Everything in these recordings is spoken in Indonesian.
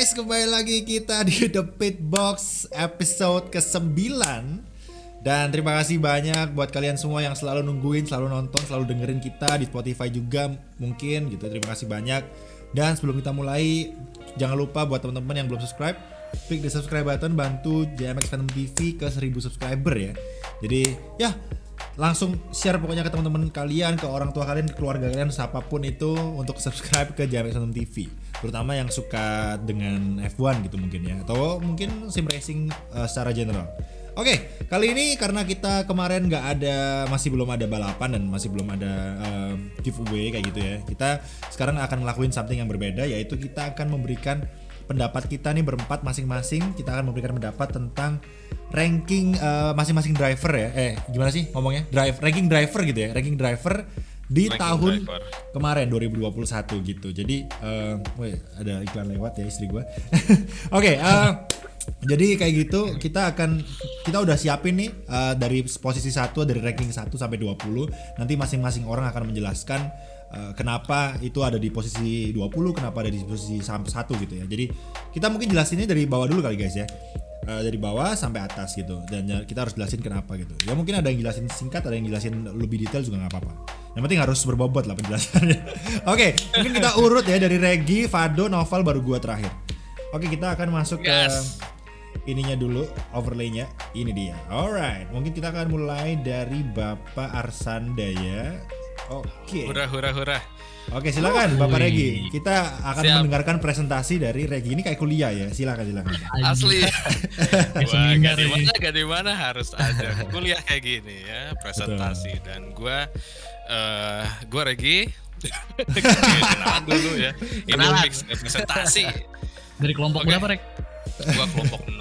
guys, kembali lagi kita di The Pit Box episode ke-9. Dan terima kasih banyak buat kalian semua yang selalu nungguin, selalu nonton, selalu dengerin kita di Spotify juga mungkin gitu. Terima kasih banyak. Dan sebelum kita mulai, jangan lupa buat teman-teman yang belum subscribe, klik di subscribe button, bantu JMX Fandom TV ke 1000 subscriber ya. Jadi ya langsung share pokoknya ke teman-teman kalian, ke orang tua kalian, ke keluarga kalian, siapapun itu untuk subscribe ke JMX Fandom TV. Terutama yang suka dengan F1 gitu mungkin ya, atau mungkin sim racing secara general. Oke, kali ini karena kita kemarin masih belum ada balapan dan masih belum ada giveaway kayak gitu ya. Kita sekarang akan ngelakuin something yang berbeda, yaitu kita akan memberikan pendapat kita nih berempat masing-masing. Kita akan memberikan pendapat tentang ranking masing-masing driver ya. Gimana sih ngomongnya? Ranking driver gitu ya. Ranking driver di ranking tahun kemarin 2021 gitu. Jadi ada iklan lewat ya istri gue. Oke, jadi kayak gitu kita udah siapin nih dari posisi 1, dari ranking 1 sampai 20. Nanti masing-masing orang akan menjelaskan kenapa itu ada di posisi 20, kenapa ada di posisi 1 gitu ya. Jadi kita mungkin jelasinnya dari bawah dulu kali guys ya. Dari bawah sampai atas gitu. Dan kita harus jelasin kenapa gitu. Ya mungkin ada yang jelasin singkat, ada yang jelasin lebih detail juga gak apa-apa. Yang penting harus berbobot lah penjelasannya. Oke, mungkin kita urut ya dari Regi, Fado, Noval, baru gua terakhir. Oke, kita akan masuk ke ininya dulu, overlaynya. Ini dia. Alright, mungkin kita akan mulai dari Bapak Arsanda ya. Oke. Hura. Oke, silakan Bapak Regi. Kita akan mendengarkan presentasi dari Regi. Ini kayak kuliah ya. Silakan. Asli. Wah, gak di mana harus ada kuliah kayak gini ya, presentasi. Betul. Dan gue Regi. Kenalan dulu ya. Ini mix presentasi. Dari kelompok berapa, Rek? Gua kelompok 6.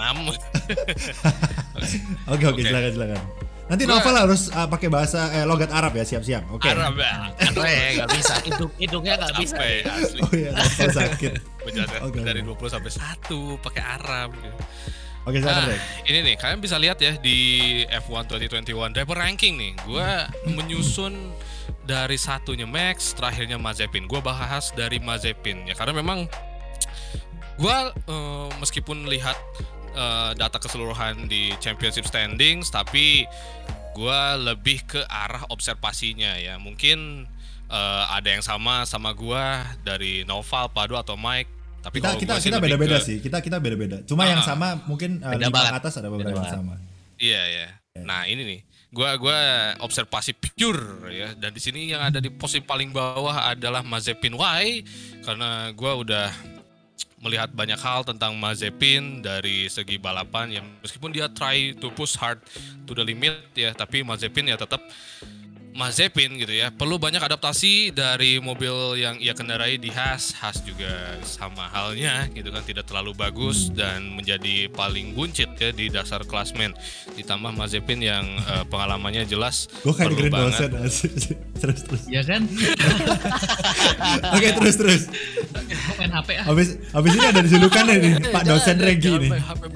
Oke, silakan. Nanti Novel harus pakai bahasa logat Arab ya, siap-siap. Oke. Arab ya. Enggak bisa. Hidungnya enggak bisa. Asli. Oh iya, Novel sakit. Dari 20 sampai 1 pakai Arab gitu. Oke, silakan, Rek. Ini nih, kalian bisa lihat ya di F1 2021 driver ranking nih. Gua menyusun dari satunya Max, terakhirnya Mazepin. Gua bahas dari Mazepin ya, karena memang gua meskipun lihat data keseluruhan di championship standings, tapi gue lebih ke arah observasinya ya. Mungkin ada yang sama gue dari Noval, Pado atau Mike. Tapi kita beda-beda sih. Kita beda-beda. Cuma yang sama mungkin 5 ke atas ada beberapa yang sama. Iya. Nah ini nih, gue observasi pure ya. Dan di sini yang ada di posisi paling bawah adalah Mazepin. Why? Karena gue udah melihat banyak hal tentang Mazepin dari segi balapan yang meskipun dia try to push hard to the limit ya, tapi Mazepin ya tetap Mazepin gitu ya. Perlu banyak adaptasi dari mobil yang ia kendarai di Haas juga sama halnya gitu kan, tidak terlalu bagus dan menjadi paling buncit ya di dasar klasmen. Ditambah Mazepin yang pengalamannya jelas perlu banget. Terus. Ya kan? Oke, terus. Main HP ah. Habis ini ada julukan nih Pak dosen Regi nih.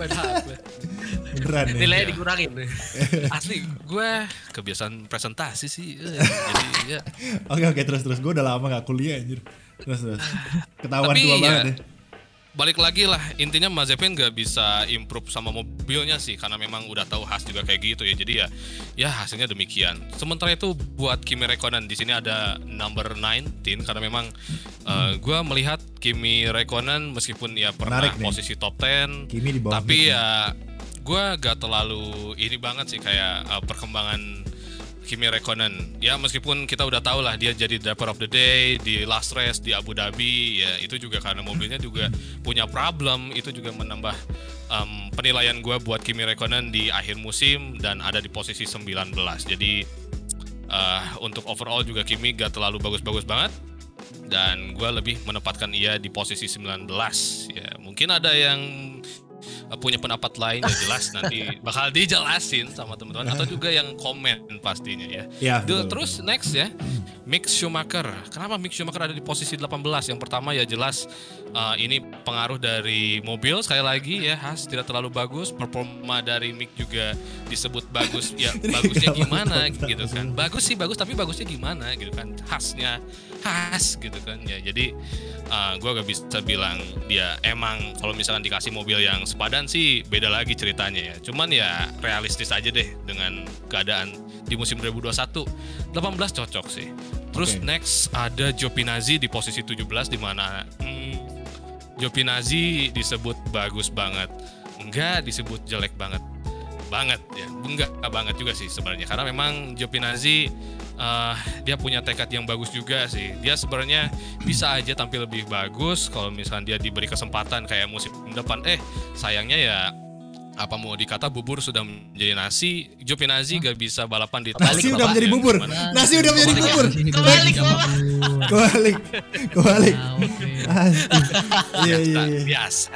Beneran nih. Nilainya dikurangin. Asli, gue kebiasaan presentasi sih. Jadi ya. Oke, terus. Gue udah lama gak kuliah anjir. Terus. Ketahuan tua banget ya. Balik lagi lah, intinya Mazepin gak bisa improve sama mobilnya sih, karena memang udah tahu Haas juga kayak gitu ya. Jadi ya hasilnya demikian. Sementara itu buat Kimi Räikkönen di sini ada number 19 karena memang gue melihat Kimi Räikkönen meskipun ya pernah posisi top 10, tapi ya gue gak terlalu ini banget sih kayak perkembangan Kimi Räikkönen. Ya meskipun kita udah tahu lah dia jadi driver of the day di last race di Abu Dhabi ya, itu juga karena mobilnya juga punya problem. Itu juga menambah penilaian gue buat Kimi Räikkönen di akhir musim dan ada di posisi 19. Jadi untuk overall juga Kimi gak terlalu bagus-bagus banget dan gue lebih menempatkan ia di posisi 19 ya. Mungkin ada yang punya pendapat lain ya, jelas nanti bakal dijelasin sama teman-teman atau juga yang komen pastinya ya. Terus next ya, Mick Schumacher. Kenapa Mick Schumacher ada di posisi 18? Yang pertama ya jelas ini pengaruh dari mobil sekali lagi ya. Haas tidak terlalu bagus, performa dari Mick juga disebut bagus ya. Bagusnya gimana gitu kan? Bagus sih bagus, tapi bagusnya gimana gitu kan? Haasnya khas gitu kan ya. Jadi gue gak bisa bilang dia emang kalau misalkan dikasih mobil yang sepadan sih beda lagi ceritanya ya. Cuman ya realistis aja deh dengan keadaan di musim 2021. 18 cocok sih. Terus next ada Giovinazzi di posisi 17 di mana Giovinazzi disebut bagus banget, enggak disebut jelek banget ya, enggak banget juga sih sebenarnya, karena memang Giovinazzi dia punya tekad yang bagus juga sih. Dia sebenarnya bisa aja tampil lebih bagus kalau misalnya dia diberi kesempatan kayak musim depan. Sayangnya ya apa mau dikata bubur sudah menjadi nasi. Giovinazzi gak bisa balapan di nasi udah menjadi bubur. Nasi udah menjadi bubur. Kebalik. Iya. Biasa.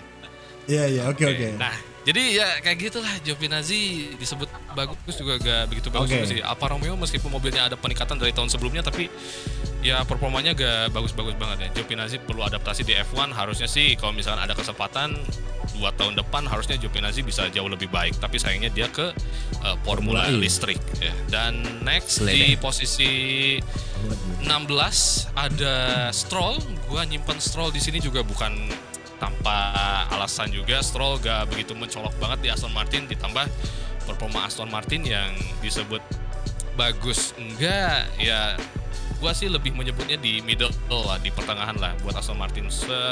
Iya, oke. Nah, jadi ya kayak gitulah, Giovinazzi disebut bagus juga gak begitu bagus juga sih. Alfa Romeo meskipun mobilnya ada peningkatan dari tahun sebelumnya, tapi ya performanya gak bagus-bagus banget ya. Giovinazzi perlu adaptasi di F1, harusnya sih kalau misalkan ada kesempatan 2 tahun depan harusnya Giovinazzi bisa jauh lebih baik, tapi sayangnya dia ke Formula listrik ya. Dan next di posisi 16 ada Stroll. Gua nyimpen Stroll di sini juga bukan tanpa alasan juga. Stroll gak begitu mencolok banget di Aston Martin, ditambah performa Aston Martin yang disebut bagus enggak ya, gua sih lebih menyebutnya di middle lah, di pertengahan lah buat Aston Martin.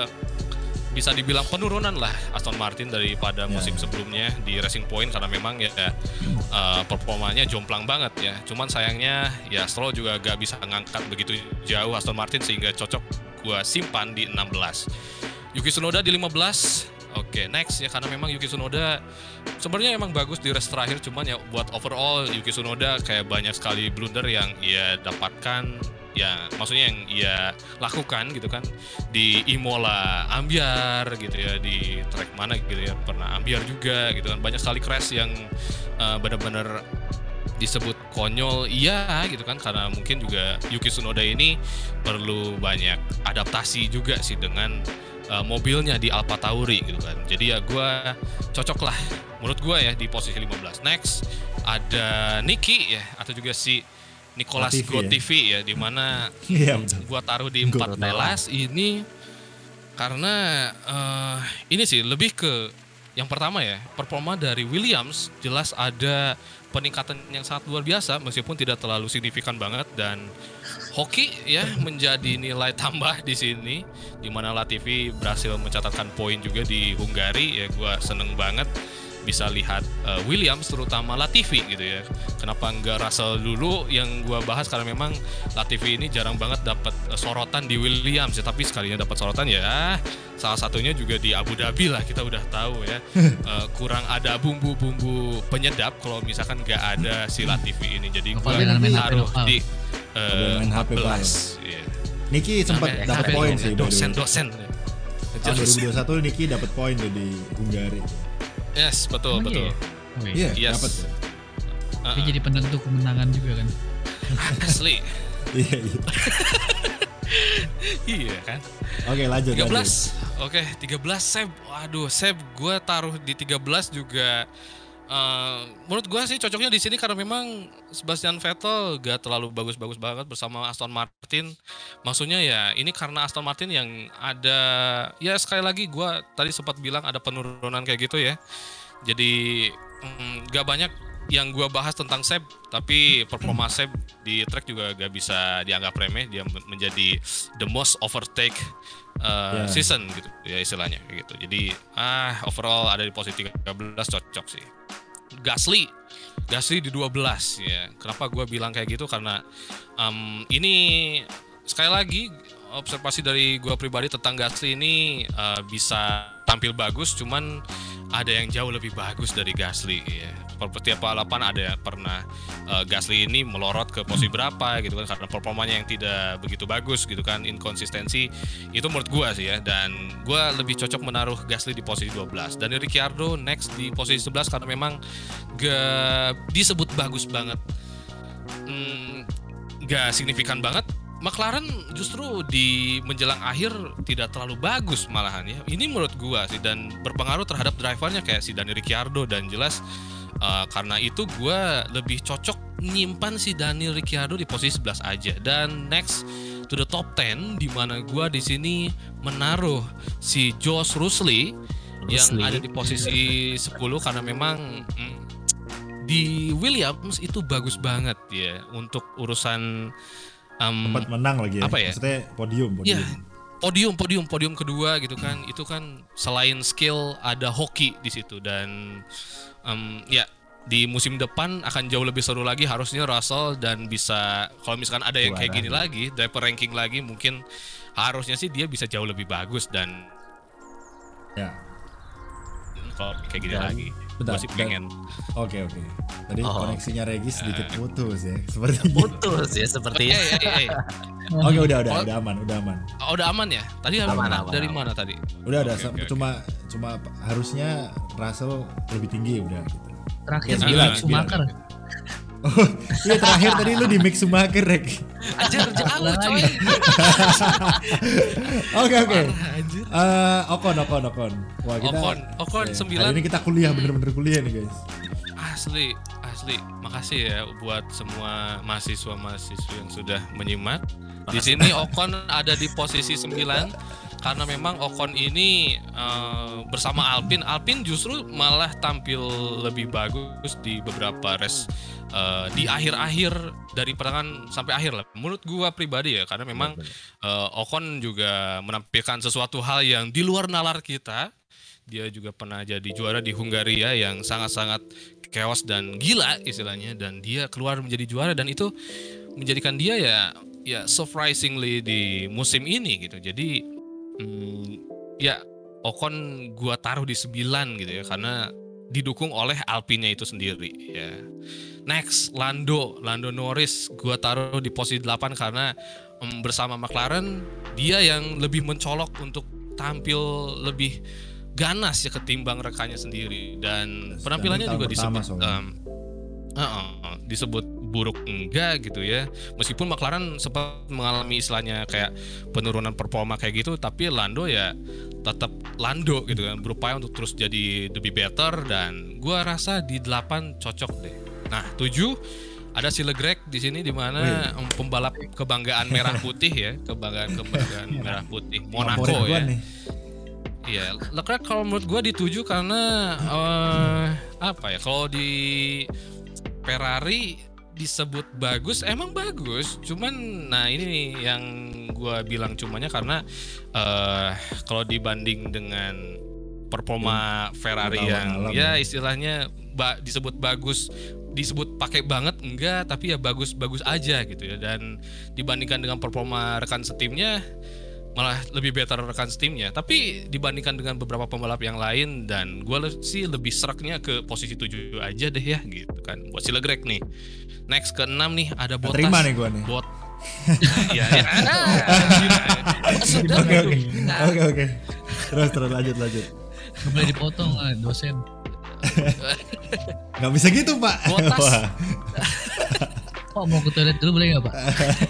Bisa dibilang penurunan lah Aston Martin daripada musim sebelumnya di Racing Point, karena memang ya performanya jomplang banget ya. Cuman sayangnya ya Stroll juga gak bisa ngangkat begitu jauh Aston Martin, sehingga cocok gua simpan di 16. Yuki Tsunoda di 15. Oke, next ya, karena memang Yuki Tsunoda sebenarnya emang bagus di race terakhir, cuman ya buat overall Yuki Tsunoda kayak banyak sekali blunder yang ia dapatkan, ya maksudnya yang ia lakukan gitu kan. Di Imola ambiar gitu ya, di track mana gitu ya pernah ambiar juga gitu kan. Banyak sekali crash yang benar-benar disebut konyol iya gitu kan, karena mungkin juga Yuki Tsunoda ini perlu banyak adaptasi juga sih dengan mobilnya di Alfa Tauri gitu kan. Jadi ya gue cocok lah menurut gue ya di posisi 15. Next ada Niki ya, atau juga si Nicolas Latifi ya, dimana gue taruh di 14 ini karena ini sih lebih ke yang pertama ya, performa dari Williams jelas ada peningkatan yang sangat luar biasa meskipun tidak terlalu signifikan banget, dan hoki ya menjadi nilai tambah di sini, di mana Latifi berhasil mencatatkan poin juga di Hungari ya. Gue seneng banget bisa lihat Williams terutama Latifi gitu ya. Kenapa enggak Russell dulu yang gue bahas, karena memang Latifi ini jarang banget dapat sorotan di Williams ya, tapi sekalinya dapat sorotan ya salah satunya juga di Abu Dhabi lah, kita udah tahu ya. Kurang ada bumbu-bumbu penyedap kalau misalkan nggak ada si Latifi ini. Jadi gue taruh di 14 ya. Niki sempat dapat poin sih, dosen. Tahun 2021 Niki dapat poin tuh di Hungari. Yes, betul. Iya, yes. dapat. Dia jadi penentu kemenangan juga kan. Asli. Iya. Iya kan. Oke, lanjut. 13. Oke, 13 Seb. Waduh, Seb gue taruh di 13 juga. Menurut gue sih cocoknya di sini karena memang Sebastian Vettel gak terlalu bagus-bagus banget bersama Aston Martin. Maksudnya ya ini karena Aston Martin yang ada, ya sekali lagi gue tadi sempat bilang ada penurunan kayak gitu ya. Jadi gak banyak yang gue bahas tentang Seb, tapi performa Seb di track juga gak bisa dianggap remeh. Dia menjadi the most overtake season gitu ya istilahnya kayak gitu. Jadi overall ada di posisi 13 cocok sih. Gasly di 12 ya. Kenapa gue bilang kayak gitu, karena ini sekali lagi observasi dari gue pribadi tentang Gasly ini, bisa tampil bagus, cuman ada yang jauh lebih bagus dari Gasly ya. Setiap balapan ada pernah Gasly ini melorot ke posisi berapa gitu kan, karena performanya yang tidak begitu bagus gitu kan, inkonsistensi itu menurut gue sih ya. Dan gue lebih cocok menaruh Gasly di posisi 12 dan Ricciardo next di posisi 11 karena memang gak disebut bagus banget, gak signifikan banget. McLaren justru di menjelang akhir tidak terlalu bagus malahan ya. Ini menurut gua sih, dan berpengaruh terhadap drivernya kayak si Daniel Ricciardo, dan jelas karena itu gua lebih cocok nyimpan si Daniel Ricciardo di posisi 11 aja. Dan next to the top 10 di mana gua di sini menaruh si Josh Rusley yang ada di posisi 10 karena memang di Williams itu bagus banget ya untuk urusan Sempat menang lagi ya. Apa ya? Maksudnya podium. Ya, podium kedua gitu kan. Itu kan selain skill ada hoki di situ dan ya di musim depan akan jauh lebih seru lagi harusnya Russell dan bisa kalau misalkan ada yang kayak gini lagi, driver ranking lagi mungkin harusnya sih dia bisa jauh lebih bagus dan ya. Kalau kayak gini lagi. Gue sih pengen. Oke. Tadi koneksinya Regis sedikit putus ya. Seperti putus ya sepertinya. Oke, udah aman. Oh, udah aman ya? Tadi aman. Dari mana tadi? Udah ada. Cuma harusnya Russell lebih tinggi udah gitu. Terakhir Schumacher. Oh, iya terakhir tadi lu di Mick Schumacher, Rek. Ajar lu coy. Oke. Ocon. Wah, Ocon 9. Hari ini kita kuliah, bener-bener kuliah nih, guys. Asli. Makasih ya buat semua mahasiswa yang sudah menyimak. Di sini Ocon ada di posisi 9 karena memang Ocon ini bersama Alpine justru malah tampil lebih bagus di beberapa race di akhir-akhir dari pertengahan sampai akhir lah. Menurut gua pribadi ya karena memang Ocon juga menampilkan sesuatu hal yang di luar nalar kita. Dia juga pernah jadi juara di Hungaria yang sangat-sangat chaos dan gila istilahnya dan dia keluar menjadi juara dan itu menjadikan dia ya surprisingly di musim ini gitu. Jadi ya Ocon gua taruh di 9 gitu ya karena didukung oleh Alpine-nya itu sendiri ya. Next Lando Norris gua taruh di posisi 8 karena bersama McLaren dia yang lebih mencolok untuk tampil lebih ganas ya ketimbang rekannya sendiri dan penampilannya juga disebut buruk enggak gitu ya. Meskipun McLaren sempat mengalami istilahnya kayak penurunan performa kayak gitu, tapi Lando ya tetap Lando gitu kan, berupaya untuk terus jadi lebih better dan gua rasa di 8 cocok deh. Nah, 7 ada si Leclerc di sini di mana pembalap kebanggaan merah putih ya, kebanggaan merah putih Monaco ya. Iya, Leclerc kalau menurut gue di 7 karena kalau di Ferrari disebut bagus, emang bagus. Cuman, nah ini nih yang gue bilang cumanya karena kalau dibanding dengan performa Ferrari yang ya istilahnya disebut bagus, disebut pakai banget enggak, tapi ya bagus aja gitu ya. Dan dibandingkan dengan performa rekan setimnya malah lebih better rekan setimnya. Tapi dibandingkan dengan beberapa pembalap yang lain dan gue sih lebih seraknya ke posisi 7 aja deh ya gitu kan. Buat si Leclerc nih. Next ke 6 nih ada Bottas. Terima nih gue nih. Oke. Terus lanjut. Gak boleh dipotong dosen. Gak bisa gitu Pak. Bottas. Pak mau ke toilet dulu boleh gak Pak?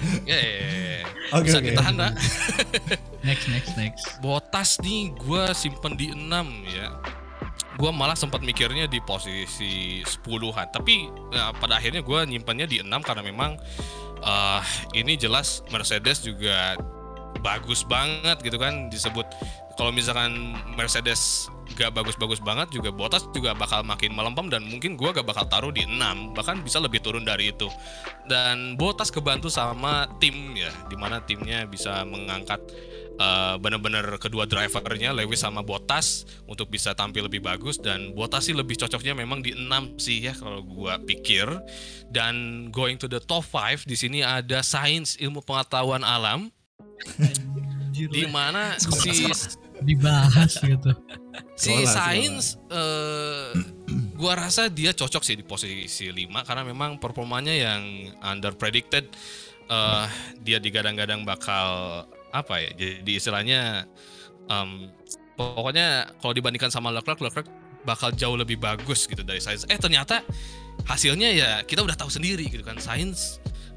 Bisa ditahan Pak. Next. Bottas nih gue simpen di 6 ya. Gue malah sempat mikirnya di posisi 10-an. Tapi pada akhirnya gue nyimpannya di 6 karena memang ini jelas Mercedes juga bagus banget gitu kan. Disebut kalau misalkan Mercedes gak bagus-bagus banget juga Bottas juga bakal makin melempem dan mungkin gue gak bakal taruh di 6, bahkan bisa lebih turun dari itu. Dan Bottas kebantu sama tim ya, dimana timnya bisa mengangkat benar-benar kedua drivernya Lewis sama Bottas untuk bisa tampil lebih bagus dan Bottas sih lebih cocoknya memang di 6 sih ya kalau gue pikir. Dan going to the top 5 di sini ada Sainz ilmu pengetahuan alam. Di mana dibahas gitu. Si Sainz gua rasa dia cocok sih di posisi 5 karena memang performanya yang under predicted. Dia digadang-gadang bakal apa ya? Jadi istilahnya pokoknya kalau dibandingkan sama Leclerc bakal jauh lebih bagus gitu dari Sainz. Ternyata hasilnya ya kita udah tahu sendiri gitu kan. Sainz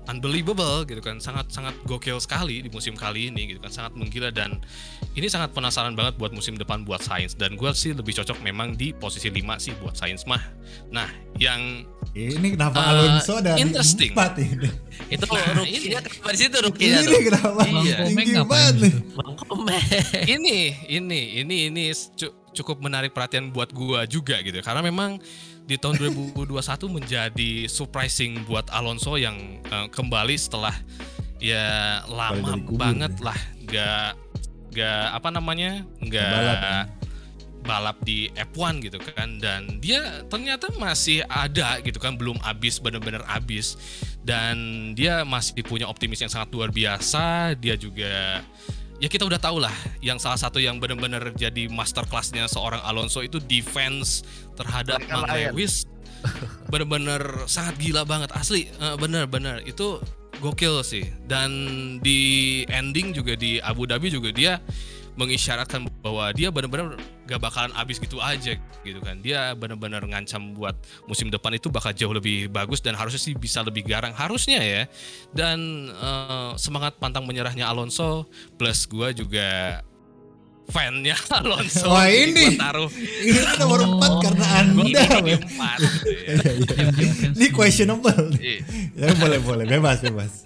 unbelievable gitu kan, sangat gokil sekali di musim kali ini gitu kan, sangat menggila, dan ini sangat penasaran banget buat musim depan buat Sainz, dan gue sih lebih cocok memang di posisi 5 sih buat Sainz mah. Nah yang ini kenapa Alonso dari interesting 4 ini? Itu rookie-nya kenapa di situ rookie-nya Ini tuh? kenapa Iya. tinggi Ngapain banget nih? Bang Komeng. ini cukup menarik perhatian buat gua juga gitu, karena memang di tahun 2021 menjadi surprising buat Alonso yang kembali setelah ya lama dari kubur, banget ya. lah nggak apa namanya Balap, ya. balap di F1 gitu kan, dan dia ternyata masih ada gitu kan, belum habis, benar-benar habis, dan dia masih punya optimis yang sangat luar biasa. Dia juga ya kita udah tahu lah, yang salah satu yang benar-benar jadi master class-nya seorang Alonso itu defense terhadap Mang Lewis. Benar-benar sangat gila banget asli, benar-benar itu gokil sih. Dan di ending juga di Abu Dhabi juga dia mengisyaratkan bahwa dia benar-benar gak bakalan habis gitu aja gitu kan. Dia benar-benar ngancam buat musim depan itu bakal jauh lebih bagus, dan harusnya sih bisa lebih garang harusnya ya. Dan semangat pantang menyerahnya Alonso, plus gue juga fan-nya Alonso. Wah, Jadi ini. gua taruh Ini nomor 4 karena Anda. ini di Web. 4 gitu ya. Iya. Ini questionable. Iya. Ya boleh, bebas.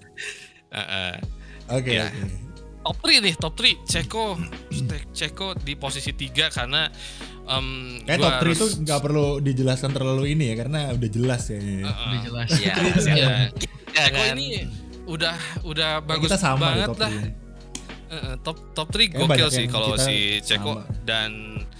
Oke. Ya. Top 3 Ceko di posisi 3 karena Kayak top 3 itu nggak perlu dijelaskan terlalu ini ya, karena udah jelas ya. Udah jelas. Iya. Ceko kan? ini udah Ya, bagus kita sama di banget top lah. 3. Top 3 Kayak gokil banyak sih yang kalau kita si Ceko, sama. dan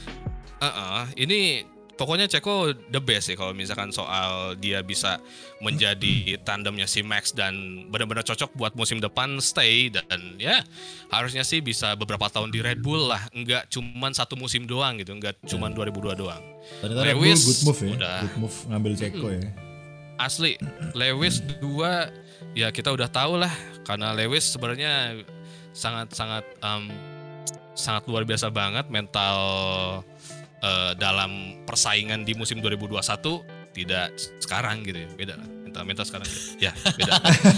ini pokoknya Ceko the best sih kalau misalkan soal dia bisa menjadi tandemnya si Max dan benar-benar cocok buat musim depan stay, dan ya harusnya sih bisa beberapa tahun di Red Bull lah, nggak cuman satu musim doang gitu, nggak cuman 2002 doang. Ternyata Red Bull Lewis good move ya. udah. Good move ngambil Ceko ya. Asli, Lewis 2 ya kita udah tahu lah, karena Lewis sebenarnya sangat luar biasa banget mental dalam persaingan di musim 2021, tidak sekarang gitu ya, beda lah mental sekarang ya beda.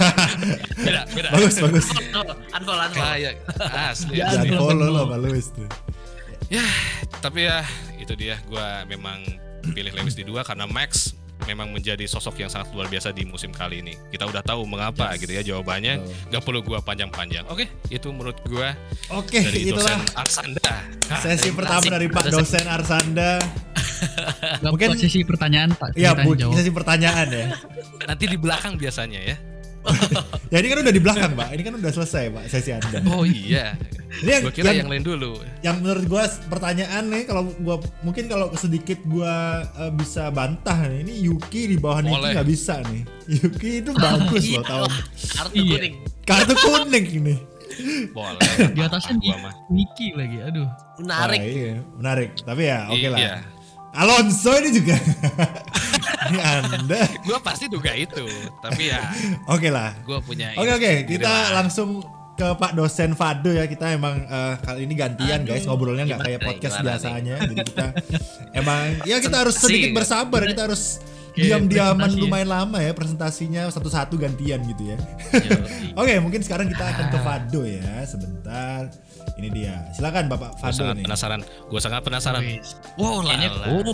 beda Bagus. Unfollow. kayak asli, Jangan asli. follow lo Lewis tuh. Ya tapi ya itu dia, gue memang pilih Lewis di 2 karena Max memang menjadi sosok yang sangat luar biasa di musim kali ini. Kita udah tahu mengapa gitu ya jawabannya. Gak perlu gua panjang-panjang. Oke, itu menurut gua Oke, dari itulah dosen Arsanda. sesi pertama dari Pak dosen Arsanda. Mungkin- Mungkin sesi pertanyaan Pak. Iya, Kita jawab. sesi pertanyaan ya. Nanti di belakang biasanya ya. Ya ini kan udah di belakang, Pak. Ini kan udah selesai, Pak, sesi Anda. Oh iya. Ini Gua kira yang lain dulu. Yang menurut gua pertanyaan nih, kalau gua mungkin kalau sedikit gua bisa bantah nih, ini Yuki di bawah Niki Boleh. nggak bisa nih. Yuki itu bagus loh tahun Kartu Iya. kuning. kartu kuning ini. Boleh. Di atasnya gua mah. Niki lagi. Aduh. Menarik. Wah, iya, menarik. Tapi ya oke lah. Iya. Alonso ini juga. Ini Anda. Gua pasti duga itu. Tapi ya Oke lah. gua punya Oke, ini kita lah. langsung ke Pak dosen Fado ya. Kita emang kali ini gantian guys, ngobrolnya nggak kayak gimana podcast nih? biasanya. Jadi kita emang ya kita harus sedikit Sih, bersabar. Kita harus Oke, diam-diaman presentasi ya. lumayan lama ya presentasinya, satu-satu gantian gitu ya. Yoi. Oke, mungkin sekarang kita akan ke Fado ya. Sebentar. Ini dia. Silakan Bapak Gua Fado sangat nih. penasaran. Gua sangat penasaran. Wis. Wow, Kayaknya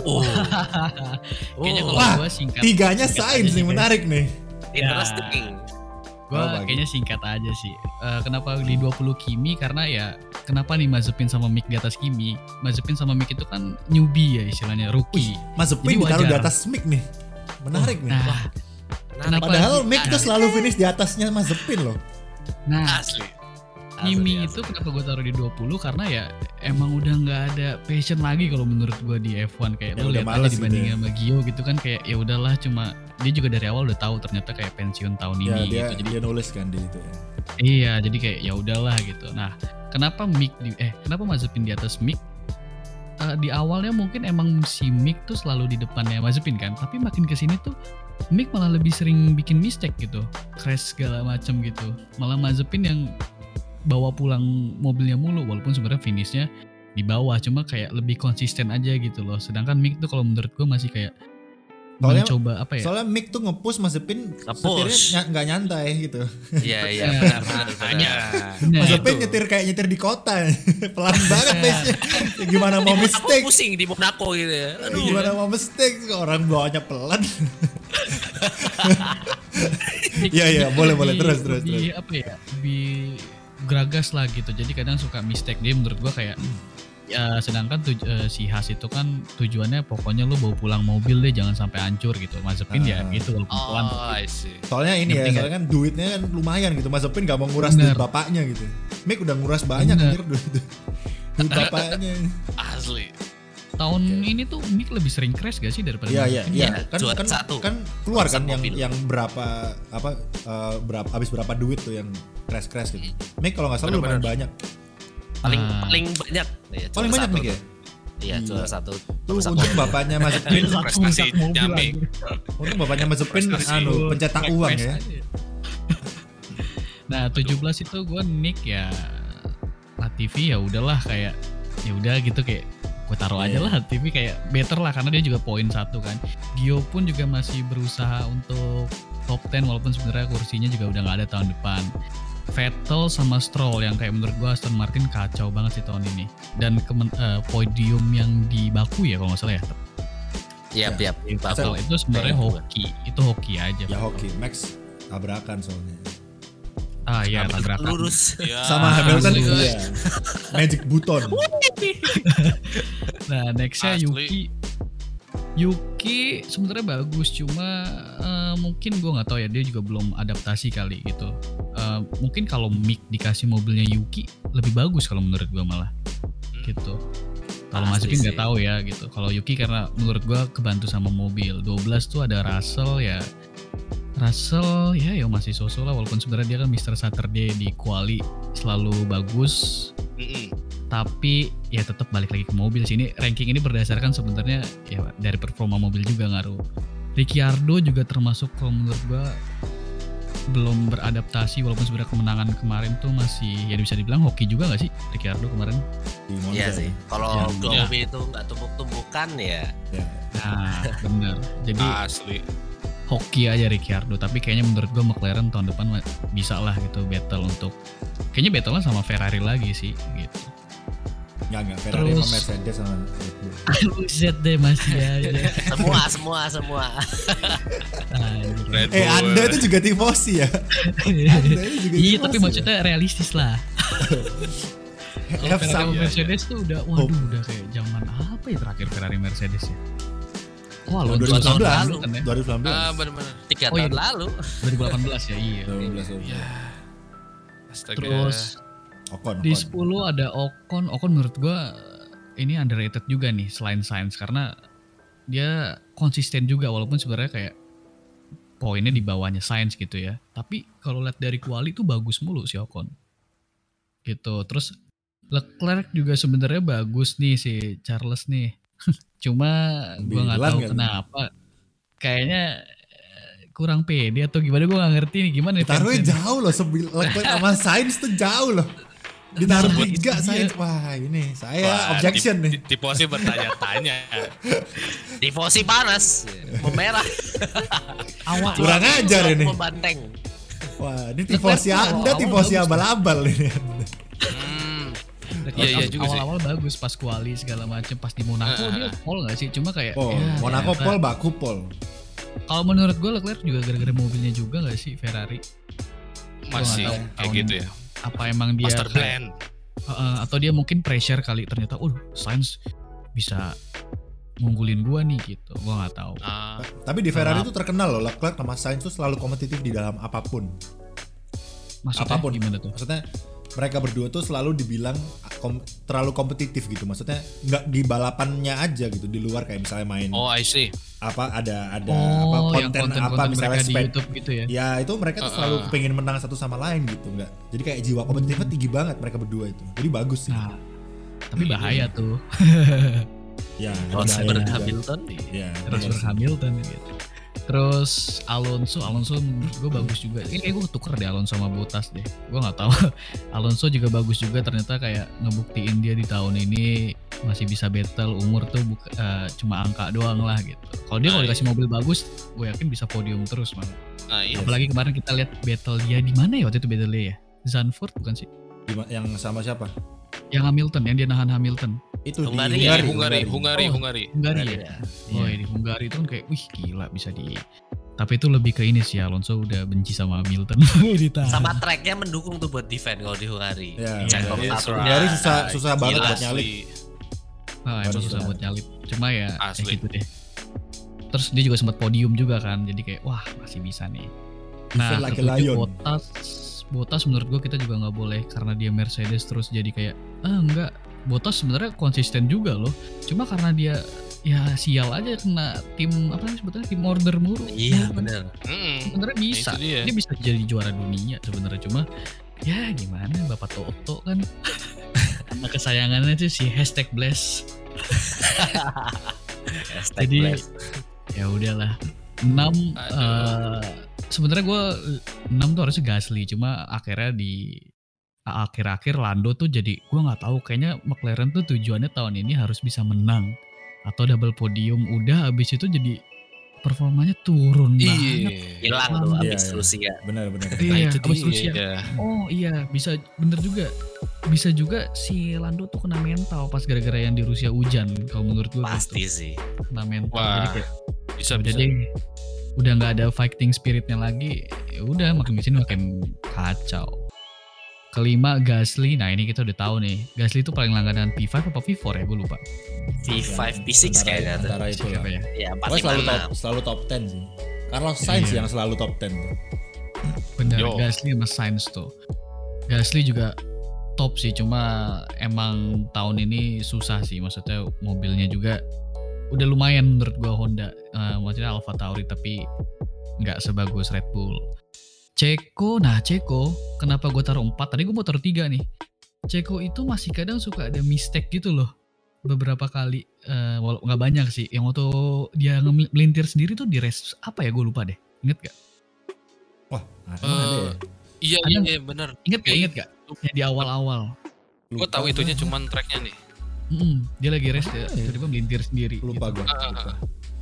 Kayaknya kalau Wah, gua singkat. tiganya singkat sains aja nih, sih, guys. menarik nih. Interesting. Gua Oh, bagi. kayaknya singkat aja sih. Kenapa di 20 Kimi? Karena ya kenapa nih Mazepin sama Mick di atas Kimi? Mazepin sama Mick itu kan newbie ya istilahnya, rookie. Mazepin Jadi ditaruh di wajar. atas Mick nih. Menarik nih. Nah, kenapa Padahal di- Mick tuh selalu finish di atasnya Mazepin loh. Nah, Asli. Kimi itu kenapa gue taruh di 20 karena ya emang udah nggak ada passion lagi kalau menurut gue di F1 kayak Ya lo udah lihat males aja dibandingin gitu sama Gio gitu kan kayak ya udahlah, cuma dia juga dari awal udah tahu ternyata kayak pensiun tahun Ya ini dia gitu. Jadi dia nulis kan di itu ya. iya, jadi kayak ya udahlah gitu. Nah, kenapa kenapa Mazepin di atas Mick? Di awalnya mungkin emang si Mick tuh selalu di depannya Mazepin kan, tapi makin kesini tuh Mick malah lebih sering bikin mistake gitu, crash segala macam gitu. Malah Mazepin yang bawa pulang mobilnya mulu, walaupun sebenarnya finishnya di bawah, cuma kayak lebih konsisten aja gitu loh. Sedangkan Mick tuh kalau menurut gue masih kayak mencoba apa ya? Soalnya Mick tuh nge-push Mazepin setirnya nggak nyantai gitu. Iya iya Ya, benar. Benar, Mazepin itu. nyetir di kota. Pelan banget pace-nya. Gimana mau Aku mistake? pusing di Monaco gitu ya. Aduh. Gimana mau mistake? Orang bawanya pelan. Iya boleh terus. Lebih apa ya? Lebih geragas lah gitu. Jadi kadang suka mistake dia menurut gua kayak ya sedangkan si Haas itu kan tujuannya pokoknya lu bawa pulang mobil deh jangan sampai hancur gitu. Mazepin ya gitu walaupun pelan. Oh, I see. Soalnya ini ya, Ngerti nggak? soalnya kan duitnya kan lumayan gitu. Mazepin gak mau nguras Bener. duit bapaknya gitu. Mick udah nguras banyak Bener. anjir duit bapaknya. Asli. Tahun ini tuh Mick lebih sering crash gak sih daripada Iya. Mazepin? Iya, Kan juara kan satu. kan keluar kan Juara mobil. yang berapa habis berapa duit tuh yang crash gitu. Mick kalau nggak salah lumayan banyak. Paling Ah. paling banyak. Ya, Paling banyak Mick ya? Iya, Gila. juara satu. Tuh Rusak untuk mobil. bapaknya Mazepin, Prestasinya Mick. untuk bapaknya Mazepin Prestasi. pencetak uang Crash ya. aja. Nah 17 itu gue Nick ya Latifi ya udahlah kayak ya udah gitu kayak gue taruh aja lah Latifi kayak better lah karena dia juga poin 1 kan. Gio pun juga masih berusaha untuk top 10 walaupun sebenarnya kursinya juga udah nggak ada tahun depan. Vettel sama Stroll yang kayak menurut gue Aston Martin kacau banget sih tahun ini. Dan podium yang di Baku ya kalau nggak salah ya. Iya. Vettel itu sebenarnya hoki, itu hoki aja. Ya hoki, Max tabrakan soalnya. Ah iya tabrakan. Lurus. Ya, Sama Hamilton asli. iya. Magic button. Nah nextnya Asli. Yuki sebenarnya bagus cuma mungkin gue nggak tahu ya dia juga belum adaptasi kali gitu. Mungkin kalau Mick dikasih mobilnya Yuki lebih bagus kalau menurut gue malah gitu. Kalau Pasti Mazepin nggak sih. tahu ya gitu. Kalau Yuki karena menurut gue kebantu sama mobil. 12 tuh ada Russell ya. Russell ya masih so-so lah walaupun sebenarnya dia kan Mr. Saturday di quali selalu bagus. Mm-mm. Tapi ya tetap balik lagi ke mobil sih. Ini ranking ini berdasarkan sebenarnya ya dari performa mobil juga ngaruh. Ricciardo juga termasuk kalau menurut gua belum beradaptasi walaupun sebenarnya kemenangan kemarin tuh masih ya bisa dibilang hoki juga gak sih Ricciardo kemarin? Di Monza. Iya sih. Kalau Ya, Glowy itu nggak tumbuk-tumbukan ya. Ya. Nah bener. Jadi Asli. hoki aja Ricciardo. Tapi kayaknya menurut gua McLaren tahun depan bisa lah gitu battle untuk kayaknya battle sama Ferrari lagi sih gitu. Enggak Ferrari Terus- sama Mercedes sama Red Bull. Buset deh masih aja. Semua. Anjir. Red Bull. Anda itu juga tifosi ya. Anda itu juga Iya tifosi tapi ya? maksudnya realistis lah. Kalau F Ferrari sama sama Mercedes tuh udah Oh. udah kayak zaman apa ya terakhir Ferrari Mercedes ya? Oh tahun Alonso tahun 2019 lalu kan ya? 2019 Benar-benar. 3 Oh, iya. tahun lalu. 2018 ya iya. 2019 Ya. Astaga. Terus Ocon. di 10 ada Ocon. Ocon menurut gua ini underrated juga nih selain Sainz karena dia konsisten juga walaupun sebenarnya kayak poinnya di bawahnya Sainz gitu ya. Tapi kalau lihat dari kuali tuh bagus mulu si Ocon. Gitu. Terus Leclerc juga sebenarnya bagus nih si Charles nih. Cuma gua nggak Bilang tahu nggak kenapa. Kayaknya kurang pede atau gimana gua nggak ngerti nih gimana nih Taruhnya fansnya. jauh loh Leclerc sama Sainz tuh jauh loh. Ditaruh Nah, 3 itu Sainz. dia. Wah ini saya Wah, objection nih. Tifosi bertanya-tanya. Tifosi panas, memerah. Awal Kurang ajar ini. Membanteng. Wah ini tifosi Leclerc Anda awal-awal tifosi bagus. abal-abal ini. Iya juga sih. awal-awal bagus pas kuali segala macem pas di Monaco dia pole nggak sih cuma kayak Pol, ya, Monaco ternyata- Pol, Baku Pol. kalau menurut gue Leclerc juga gara-gara mobilnya juga nggak sih Ferrari Masih Gua nggak tahu kayak tahun gitu ini. ya. apa emang dia Master plan. atau dia mungkin pressure kali ternyata Sainz bisa ngunggulin gua nih gitu gua nggak tahu Ah, Tapi di Ferrari Kenapa? itu terkenal loh, Leclerc sama Sainz tuh selalu kompetitif di dalam apapun. maksudnya Apapun. gimana tuh Maksudnya mereka berdua tuh selalu dibilang terlalu kompetitif gitu. Maksudnya nggak di balapannya aja gitu, di luar kayak misalnya main oh I see. apa ada oh apa yang konten apa konten-konten misalnya mereka di sepeda. YouTube gitu ya Ya itu mereka tuh selalu pengen menang satu sama lain gitu nggak. Jadi kayak jiwa kompetitifnya tinggi banget mereka berdua itu. Jadi bagus sih. nah tapi bahaya tuh Ya. Rosberg juga. Hamilton. Ya. Rosberg Hamilton gitu. Terus Alonso menurut gue bagus juga. Kayak gue tuker deh Alonso sama Bottas deh. Gue nggak tahu. Alonso juga bagus juga ternyata kayak ngebuktiin dia di tahun ini masih bisa battle, umur tuh cuma angka doang lah gitu. Kalau dia kalau dikasih mobil bagus, gue yakin bisa podium terus malah. Nah, iya. Apalagi kemarin kita lihat battle dia di mana ya waktu itu battle ya? Zandvoort bukan sih? Yang sama siapa? Yang Hamilton, yang dia nahan Hamilton. Itu Hungari di ya? Hungari. Hungari. Ya. Oh, di Hungari itu kan kayak wih gila bisa di. Tapi itu lebih ke ini sih, Alonso udah benci sama Hamilton. Sama tracknya mendukung tuh buat defend kalau di Hungari. Ya, Cangkok iya, satu. Hungari susah banget Gila buat nyalip. Emang susah buat nyalip. Cuma ya Asli. gitu deh. Terus dia juga sempat podium juga kan. Jadi kayak wah masih bisa nih. Nah, Defend like a ketujuh lion. Bottas menurut gue kita juga nggak boleh karena dia Mercedes terus jadi kayak enggak. Bottas sebenarnya konsisten juga loh. Cuma karena dia ya sial aja kena tim apa sih sebetulnya tim order mulu. Iya benar. Sebenarnya bisa. Itu dia. Dia bisa jadi juara dunia sebenarnya, cuma ya gimana Bapak Toto kan. Anak kesayangannya tuh si #bless. Jadi ya udahlah. 6 sebenarnya gue 6 tuh harusnya Gasly, cuma akhirnya di akhir-akhir Lando tuh jadi gue nggak tahu, kayaknya McLaren tuh tujuannya tahun ini harus bisa menang atau double podium, udah abis itu jadi performanya turun banget. Hilang tuh Iya, abis iya. Rusia. Benar. Iya, itu abis dia. Rusia. Oh iya, bisa bener juga. Bisa juga si Lando tuh kena mental pas gara-gara yang di Rusia hujan. Kalau menurut gue Pasti gitu. sih. Kena mental. Wah, Jadi kayak bisa udah deh, udah nggak ada fighting spiritnya lagi. Ya udah makin kesini makin kacau. Kelima Gasly. Nah ini kita udah tahu nih. Gasly itu paling langganan P5 apa P4 ya? Gue lupa. V5, V6 kayaknya tuh. Antara itu lah. Siapa ya? Ya Pokoknya 456. selalu top 10 sih. Carlos Sainz Iya. yang selalu top 10 tuh. Bener, Yo. Gasly sama Sainz tuh. Gasly juga top sih, cuma emang tahun ini susah sih. Maksudnya mobilnya juga udah lumayan menurut gua Honda. Maksudnya Alfa Tauri tapi nggak sebagus Red Bull. Ceko kenapa gue taruh 4? Tadi gue mau taruh 3 nih. Ceko itu masih kadang suka ada mistake gitu loh. Beberapa kali, walau nggak banyak sih. Yang waktu dia melintir sendiri tuh di race apa ya, gue lupa deh. Ingat gak? Wah, emang ada ya? Iya benar. Ingat gak? Yang di awal-awal. Gue tahu itunya cuman tracknya nih. Dia lagi race ya, tiba-tiba melintir sendiri. Lupa gitu. gue.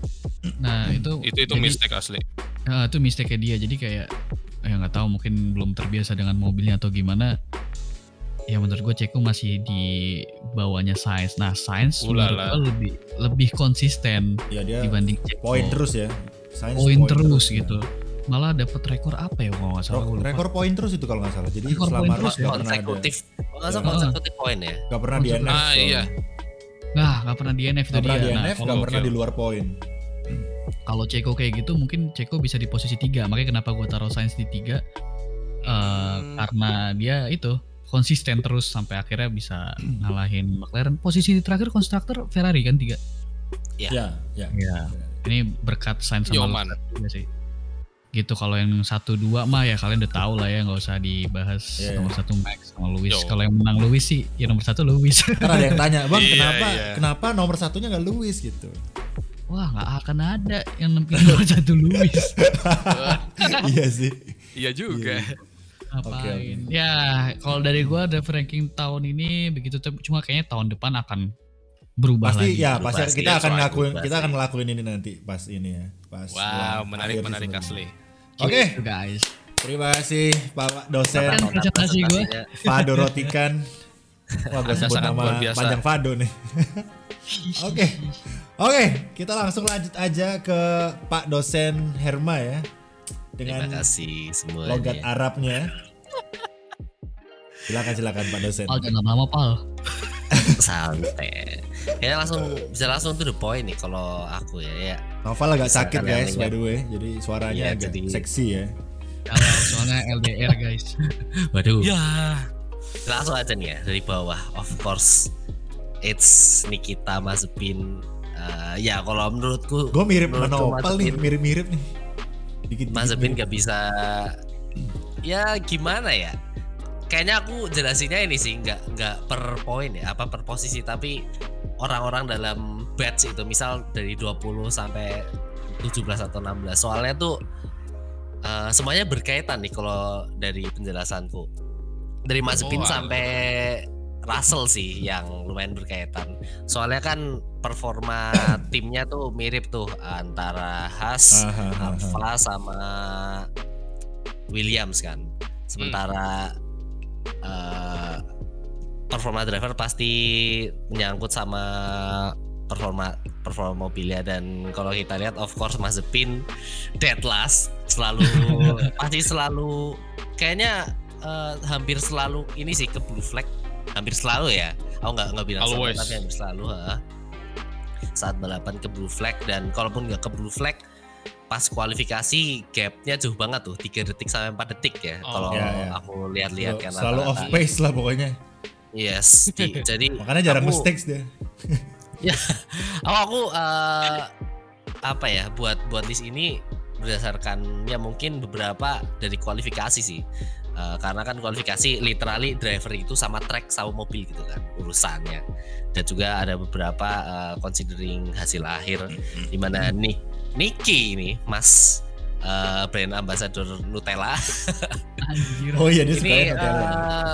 Nah itu Itu mistake asli. Itu mistake dia. Jadi kayak ya nggak tahu, mungkin belum terbiasa dengan mobilnya atau gimana. Ya menurut gue Ceko masih di bawahnya Sainz. Nah Sainz menurut gue lebih konsisten Ya dia dibanding Ceko. poin terus ya. Sainz Poin terus ya. gitu. Malah dapat rekor apa ya kalau nggak salah. Gua lupa. Rekor poin terus itu kalau nggak salah. Jadi Rekor selama poin race terus nggak pernah ada. Konsekutif. Nggak salah Iya. konsekutif poin ya. Nggak pernah di NF. Iya. Nah nggak pernah DNF itu Nggak pernah dia. di Nah, NF, nggak pernah di luar poin. kalau Ceko kayak gitu mungkin Ceko bisa di posisi 3. Makanya kenapa gue taruh Sainz di 3. Karena dia itu konsisten terus sampai akhirnya bisa ngalahin McLaren. Posisi terakhir konstruktor Ferrari kan 3. Ya. Ini berkat Sainz sama Yoman. Leclerc juga sih. Gitu. Kalau yang 1-2 mah ya kalian udah tahu lah ya, nggak usah dibahas. Yeah. Nomor 1 Max sama Lewis. Yo. Kalau yang menang Lewis sih ya nomor 1 Lewis. Ntar ada yang tanya, bang Iya, kenapa nomor satunya nggak Lewis gitu? Wah nggak akan ada yang nempel nomor 1 Lewis. Iya sih. Iya juga. Ngapain? Ya kalau dari gua ada ranking tahun ini begitu, cuma kayaknya tahun depan akan berubah Pasti lagi. ya, Berubah pasti sih, kita akan soal ngelakuin, berubah kita sih. akan ngelakuin ini nanti pas ini ya, pas. Wow, menarik akhir asli. Oke, Gitu, guys. terima kasih Pak dosen Kan presentasi gua. Fado Rotikan. Wah, gue Anda sebut sangat nama luar biasa. panjang Fado nih. Oke, kita langsung lanjut aja ke Pak dosen Herma ya, Terima dengan kasih semuanya. logat Arabnya. Silakan Pak dosen. Pal jangan lama Pal. Santai. Kayaknya langsung to the point nih kalau aku ya. Novel agak Bisa sakit kalian guys by lihat. the way, jadi suaranya Iya, agak jadi- seksi ya. Kalau soalnya LDR guys. Waduh. Ya. Langsung aja nih ya dari bawah. Of course, it's Nikita Mazepin. Ya kalau menurutku, Gue mirip menurutku Novel nih, Mazepin- mirip-mirip nih. Dikit-dikit Mazepin mirip. gak bisa. Ya gimana ya? Kayaknya aku jelasinnya ini sih nggak per poin ya, apa per posisi, tapi orang-orang dalam batch itu, misal dari 20 sampai 17 atau 16. Soalnya tuh semuanya berkaitan nih kalau dari penjelasanku. Dari Mazepin Oh, sampai Russell sih yang lumayan berkaitan. Soalnya kan performa timnya tuh mirip tuh antara Haas, Alfa sama Williams kan. Sementara performa driver pasti menyangkut sama performa mobilnya, dan kalau kita lihat of course Mazepin dead last selalu pasti selalu kayaknya hampir selalu ini sih ke blue flag, hampir selalu ya. Aku nggak bilang selalu, tapi hampir selalu saat balapan ke blue flag. Dan kalaupun nggak ke blue flag pas kualifikasi gapnya jauh banget tuh 3 detik sampai 4 detik ya. Kalau aku lihat-lihat kan selalu off pace lah pokoknya. Yes, jadi makanya jarang mistakes dia. Ya, aku apa ya buat list ini berdasarkan ya mungkin beberapa dari kualifikasi sih. Karena kan kualifikasi literally driver itu sama track sama mobil gitu kan urusannya. Dan juga ada beberapa considering hasil akhir di mana Niki ini Mas brand ambassador Nutella. Oh iya, dia suka Nutella.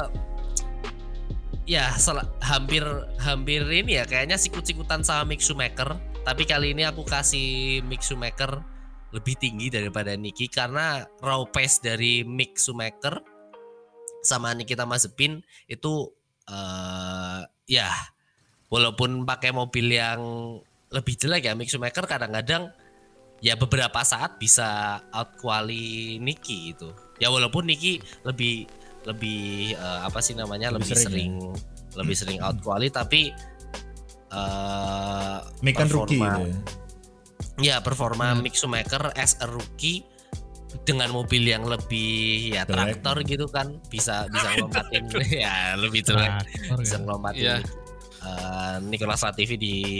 Ya hampir ini ya kayaknya sikut-sikutan sama Mick Schumacher. Tapi kali ini aku kasih Mick Schumacher lebih tinggi daripada Niki, karena raw pace dari Mick Schumacher sama Nikita Mazepin itu ya walaupun pakai mobil yang lebih jelek ya, Mick Schumacher kadang-kadang ya beberapa saat bisa out quali Niki itu. Ya walaupun Niki lebih apa sih namanya lebih sering out quali, tapi Mick kan rookie ya performa Mick Schumacher as a rookie dengan mobil yang lebih ya traktor gitu kan bisa ngelompatin ya lebih jelek bisa ngelompatin Nicolas Latifi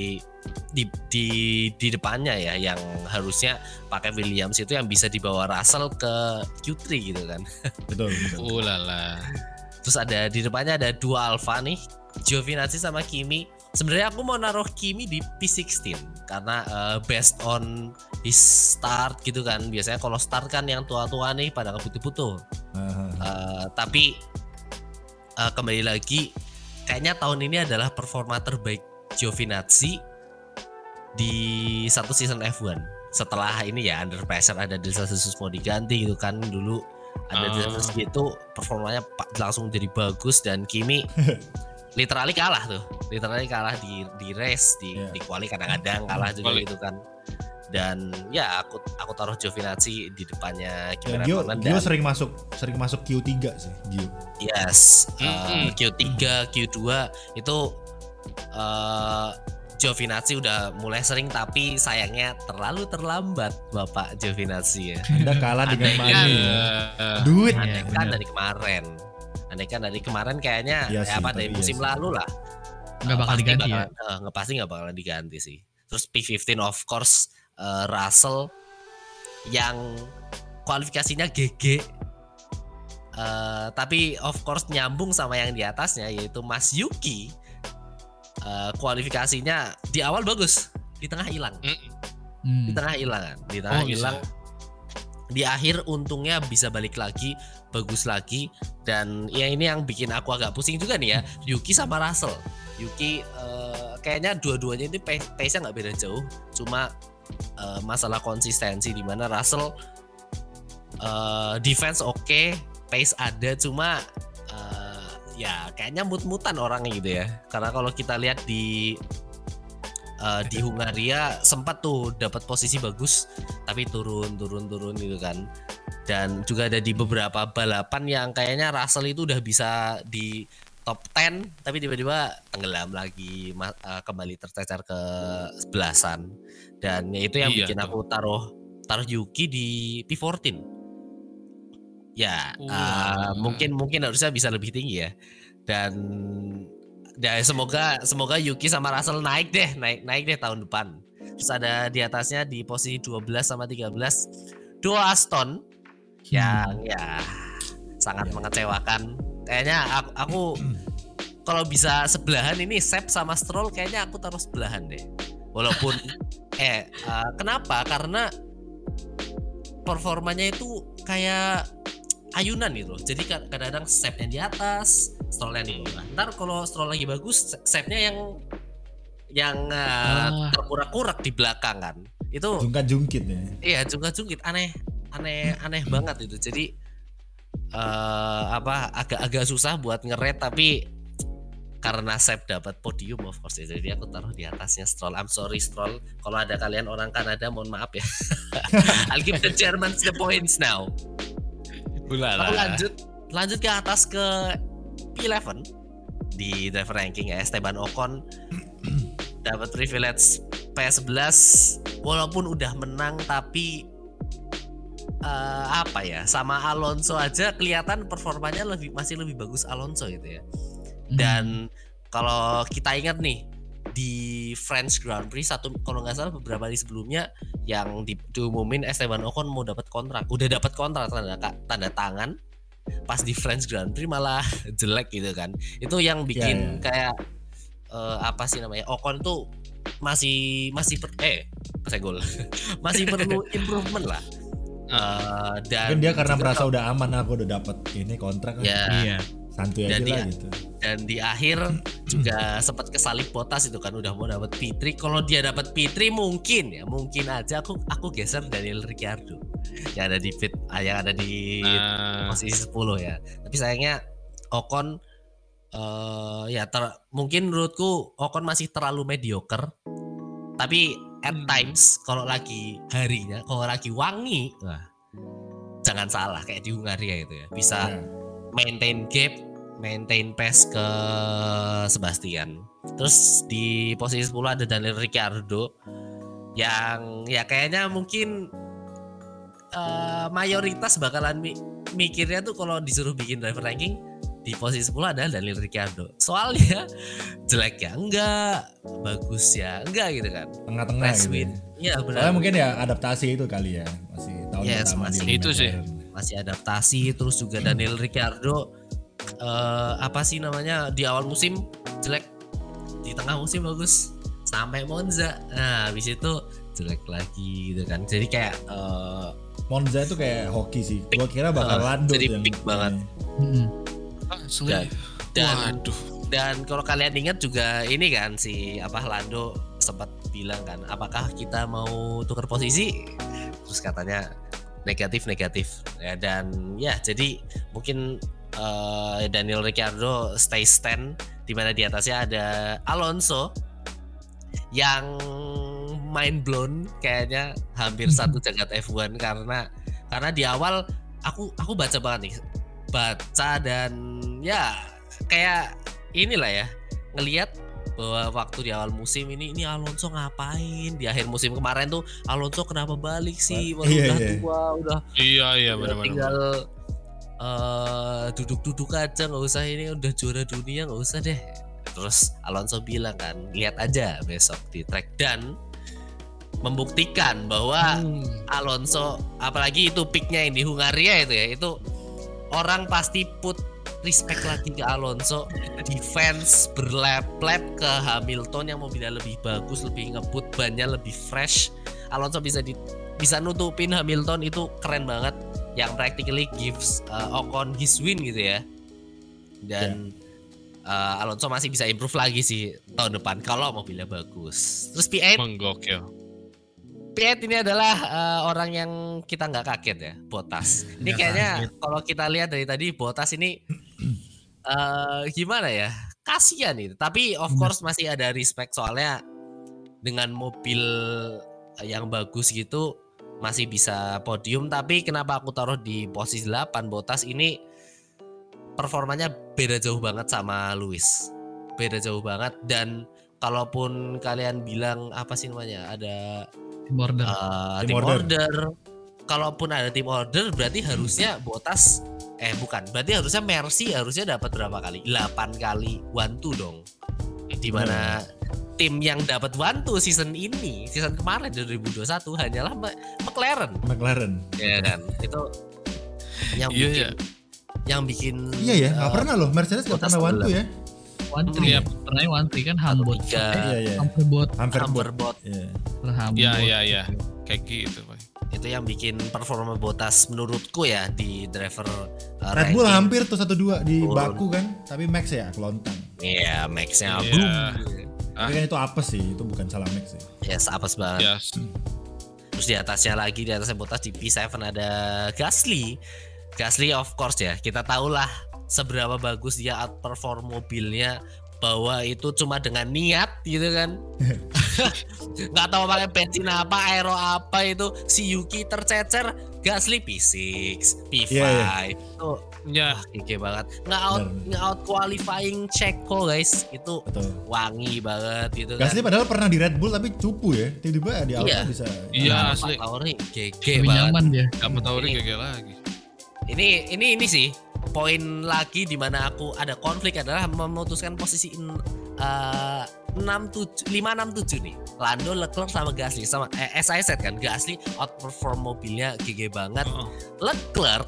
di depannya ya, yang harusnya pakai Williams itu yang bisa dibawa Russell ke Q3 gitu kan. Betul. Ulala. Terus ada di depannya ada dua Alfa nih, Giovinazzi sama Kimi. Sebenarnya aku mau naruh Kimi di P16 karena based on his start gitu kan. Biasanya kalau start kan yang tua-tua nih pada ngebutuh-butuh. Tapi kembali lagi kayaknya tahun ini adalah performa terbaik Giovinazzi di satu season F1. Setelah ini ya under pressure ada desas-desus mau diganti gitu kan, dulu ada desas gitu performanya langsung jadi bagus. Dan Kimi literally kalah di race di quali kadang-kadang kalah juga gitu kan. Dan ya aku taruh Giovinazzi di depannya Kimi Räikkönen. Gio sering masuk Q3 sih Gio. Yes, Q3, Q2 itu Giovinazzi udah mulai sering, tapi sayangnya terlalu terlambat Bapak Giovinazzi ya. Anda kalah dengan money. Duit. Andai kan dari kemarin kayaknya ya sih, dari musim lalu lah. Nggak bakal diganti ya. Pasti nggak bakalan diganti sih. Terus P15 of course Russell yang kualifikasinya GG. Tapi of course nyambung sama yang di atasnya yaitu Mas Yuki. Kualifikasinya di awal bagus, di tengah hilang. Di tengah hilang. Di akhir untungnya bisa balik lagi, bagus lagi. Dan ya ini yang bikin aku agak pusing juga nih ya, Yuki sama Russell. Yuki kayaknya dua-duanya ini pace-nya nggak beda jauh, cuma masalah konsistensi di mana Russell defense oke, pace ada, cuma ya kayaknya mut-mutan orangnya gitu ya. Karena kalau kita lihat di Hungaria sempat tuh dapat posisi bagus tapi turun gitu kan. Dan juga ada di beberapa balapan yang kayaknya Russell itu udah bisa di top 10 tapi tiba-tiba tenggelam lagi, kembali tercecer ke 11-an. Dan itu yang bikin aku taruh Yuki di P14. Ya, mungkin harusnya bisa lebih tinggi ya. Dan semoga Yuki sama Russell naik deh tahun depan. Terus ada di atasnya di posisi 12 sama 13 dua Aston yang ya sangat mengecewakan. Kayaknya aku kalau bisa sebelahan ini Seb sama Stroll kayaknya aku taruh sebelahan deh. Walaupun kenapa? Karena performanya itu kayak ayunan gitu loh. Jadi kadang-kadang Sebnya di atas, Stroll yang di bawah. Ntar kalau Stroll lagi bagus, save-nya yang terkurak-kurak di belakang kan. Itu jungkat-jungkit ya. Iya, jungkat-jungkit aneh banget itu. Jadi agak susah buat nge-rate, tapi karena Seb dapat podium of course ya, jadi aku taruh di atasnya Stroll. I'm sorry Stroll, kalau ada kalian orang Kanada mohon maaf ya. I'll give the Germans the points now. Aku lanjut ke atas ke P11 di driver ranking ya. Esteban Ocon dapat privilege P11 walaupun udah menang, tapi sama Alonso aja kelihatan performanya masih lebih bagus Alonso gitu ya. Dan kalau kita ingat nih di French Grand Prix kalau nggak salah beberapa hari sebelumnya yang diumumin Esteban Ocon mau dapat kontrak, udah dapat kontrak tanda tangan, pas di French Grand Prix malah jelek gitu kan. Itu yang bikin kayak Ocon tuh masih perlu improvement lah. Dan dia karena merasa udah aman, aku udah dapat ini kontrak Iya. Santuy aja lah gitu. Dan di akhir juga sempat kesalip Bottas itu kan, udah mau dapat P3. Kalau dia dapat P3 mungkin aja aku geser Daniel Ricciardo yang ada di posisi 10 ya. Tapi sayangnya Ocon mungkin menurutku Ocon masih terlalu mediocre. Tapi at times kalau lagi harinya, kalau lagi wangi, jangan salah kayak di Hungaria itu ya, bisa maintain gap, maintain pace ke Sebastian. Terus di posisi 10 ada Daniel Ricciardo yang ya kayaknya mungkin mayoritas bakalan mikirnya tuh kalau disuruh bikin driver ranking di posisi 10 ada Daniel Ricciardo. Soalnya jelek ya enggak, bagus ya enggak gitu kan. Tengah-tengah gitu. Iya benar. Soalnya mungkin ya adaptasi itu kali ya, masih tahun pertama di itu sih. Masih adaptasi. Terus juga Daniel Ricciardo di awal musim jelek, di tengah musim bagus sampai Monza. Nah habis itu jelek lagi gitu kan. Jadi kayak Monza itu kayak hoki sih. Gua kira bakal Lando jadi peak banget. Dan kalau kalian ingat juga ini kan Lando sempat bilang kan, apakah kita mau tukar posisi? Terus katanya negatif ya. Dan ya jadi mungkin Daniel Ricciardo stay stand, di mana di atasnya ada Alonso yang mind blown kayaknya hampir satu jagat F1 karena di awal aku baca dan ya kayak inilah ya, ngelihat bahwa waktu di awal musim ini Alonso ngapain, di akhir musim kemarin tuh Alonso kenapa balik sih, udah tua, udah benar-benar tinggal duduk-duduk aja, nggak usah ini, udah juara dunia nggak usah deh. Terus Alonso bilang kan, lihat aja besok di track, dan membuktikan bahwa Alonso, apalagi itu peaknya yang di Hungaria itu ya, itu orang pasti put respect lagi ke Alonso. Defense berlap-lap ke Hamilton yang mobilnya lebih bagus, lebih ngebut, bannya lebih fresh. Alonso bisa nutupin Hamilton, itu keren banget, yang practically gives Ocon his win gitu ya. Dan Alonso masih bisa improve lagi sih tahun depan kalau mobilnya bagus. Terus P8 menggokil. P8 ini adalah orang yang kita nggak kaget ya, Bottas. Ini kayaknya kalau kita lihat dari tadi Bottas ini gimana ya, kasihan itu. Tapi of course masih ada respect, soalnya dengan mobil yang bagus gitu masih bisa podium. Tapi kenapa aku taruh di posisi 8, Bottas ini performanya beda jauh banget sama Lewis. Beda jauh banget. Dan kalaupun kalian bilang ada tim order. Kalaupun ada tim order berarti harusnya Bottas berarti harusnya Mercy harusnya dapat berapa kali? 8 kali 1-2 dong. Di mana tim yang dapat 1-2 season kemarin 2021 hanyalah McLaren. Ya kan? Itu yang bikin iya ya, nggak pernah loh Mercedes nggak pernah 1-2 ya. 1-3 pernah 1-3 kan Humboldt. Humboldt. Iya. Kayak gitu, Pak. itu yang bikin performa Bottas menurutku ya di driver Red Bull ranking. hampir tuh 1-2 di Turun. Baku kan, tapi Max ya kelontang. Iya, Max-nya Iya. boom. Tapi kan itu apes sih, itu bukan salah Max sih. Yes, apes banget. Ya, Terus di atasnya lagi, di atasnya Bottas di P7 ada Gasly. Gasly of course ya, kita tahulah seberapa bagus dia outperform mobilnya, bahwa itu cuma dengan niat gitu kan. Nggak tahu pakai bensin apa, aero apa, itu si Yuki tercecer, Gasly P6, P5. Iya, Itu ya. wah, gede banget. Nge-out qualifying Checo guys, itu Betul. wangi banget gitu kan. Gasly padahal pernah di Red Bull tapi cupu ya, tiba-tiba di Iya. Alfa bisa. Iya, asli. Tauri GG Lebih banget. nyaman dia. Dapat Tauri Ini- GG lagi. Ini sih poin lagi di mana aku ada konflik adalah memutuskan posisi 5-6-7 nih. Lando, Leclerc sama Gasly sama as I said kan, Gasly outperform mobilnya GG banget. Heeh. Leclerc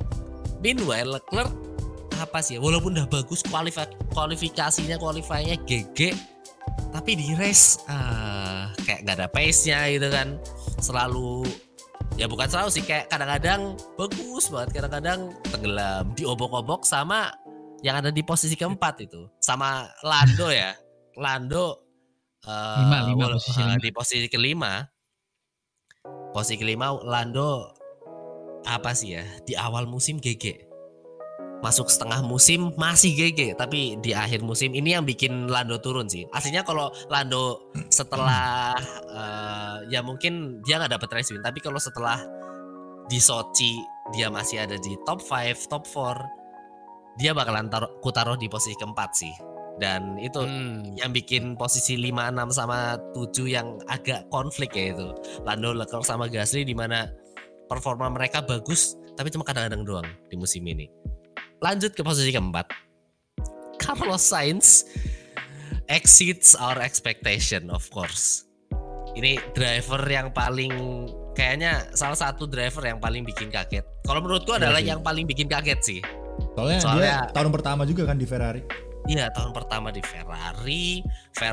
apa sih ya, walaupun udah bagus kualifikasinya GG, tapi di race kayak nggak ada pace-nya gitu kan. Selalu, ya bukan selalu sih, kayak kadang-kadang bagus banget, kadang-kadang tenggelam, diobok-obok sama yang ada di posisi keempat itu, sama Lando ya. Lando Posisi lima. di posisi kelima. Posisi kelima Lando apa sih ya, di awal musim GG, masuk setengah musim masih GG, tapi di akhir musim ini yang bikin Lando turun sih. Aslinya kalau Lando setelah ya mungkin dia nggak dapet race win, tapi kalau setelah di Sochi dia masih ada di top 5, top 4, dia bakalan taruh di posisi keempat sih. Dan itu yang bikin posisi 5, 6 sama 7 yang agak konflik ya itu. Lando, Leclerc sama Gasly, di mana performa mereka bagus tapi cuma kadang-kadang doang di musim ini. Lanjut ke posisi keempat. Carlos Sainz exceeds our expectation of course. Ini driver yang paling, kayaknya salah satu driver yang paling bikin kaget. Kalau menurutku adalah sih. yang paling bikin kaget sih. Soalnya dia Soalnya- tahun pertama juga kan di Ferrari. Iya, tahun pertama di Ferrari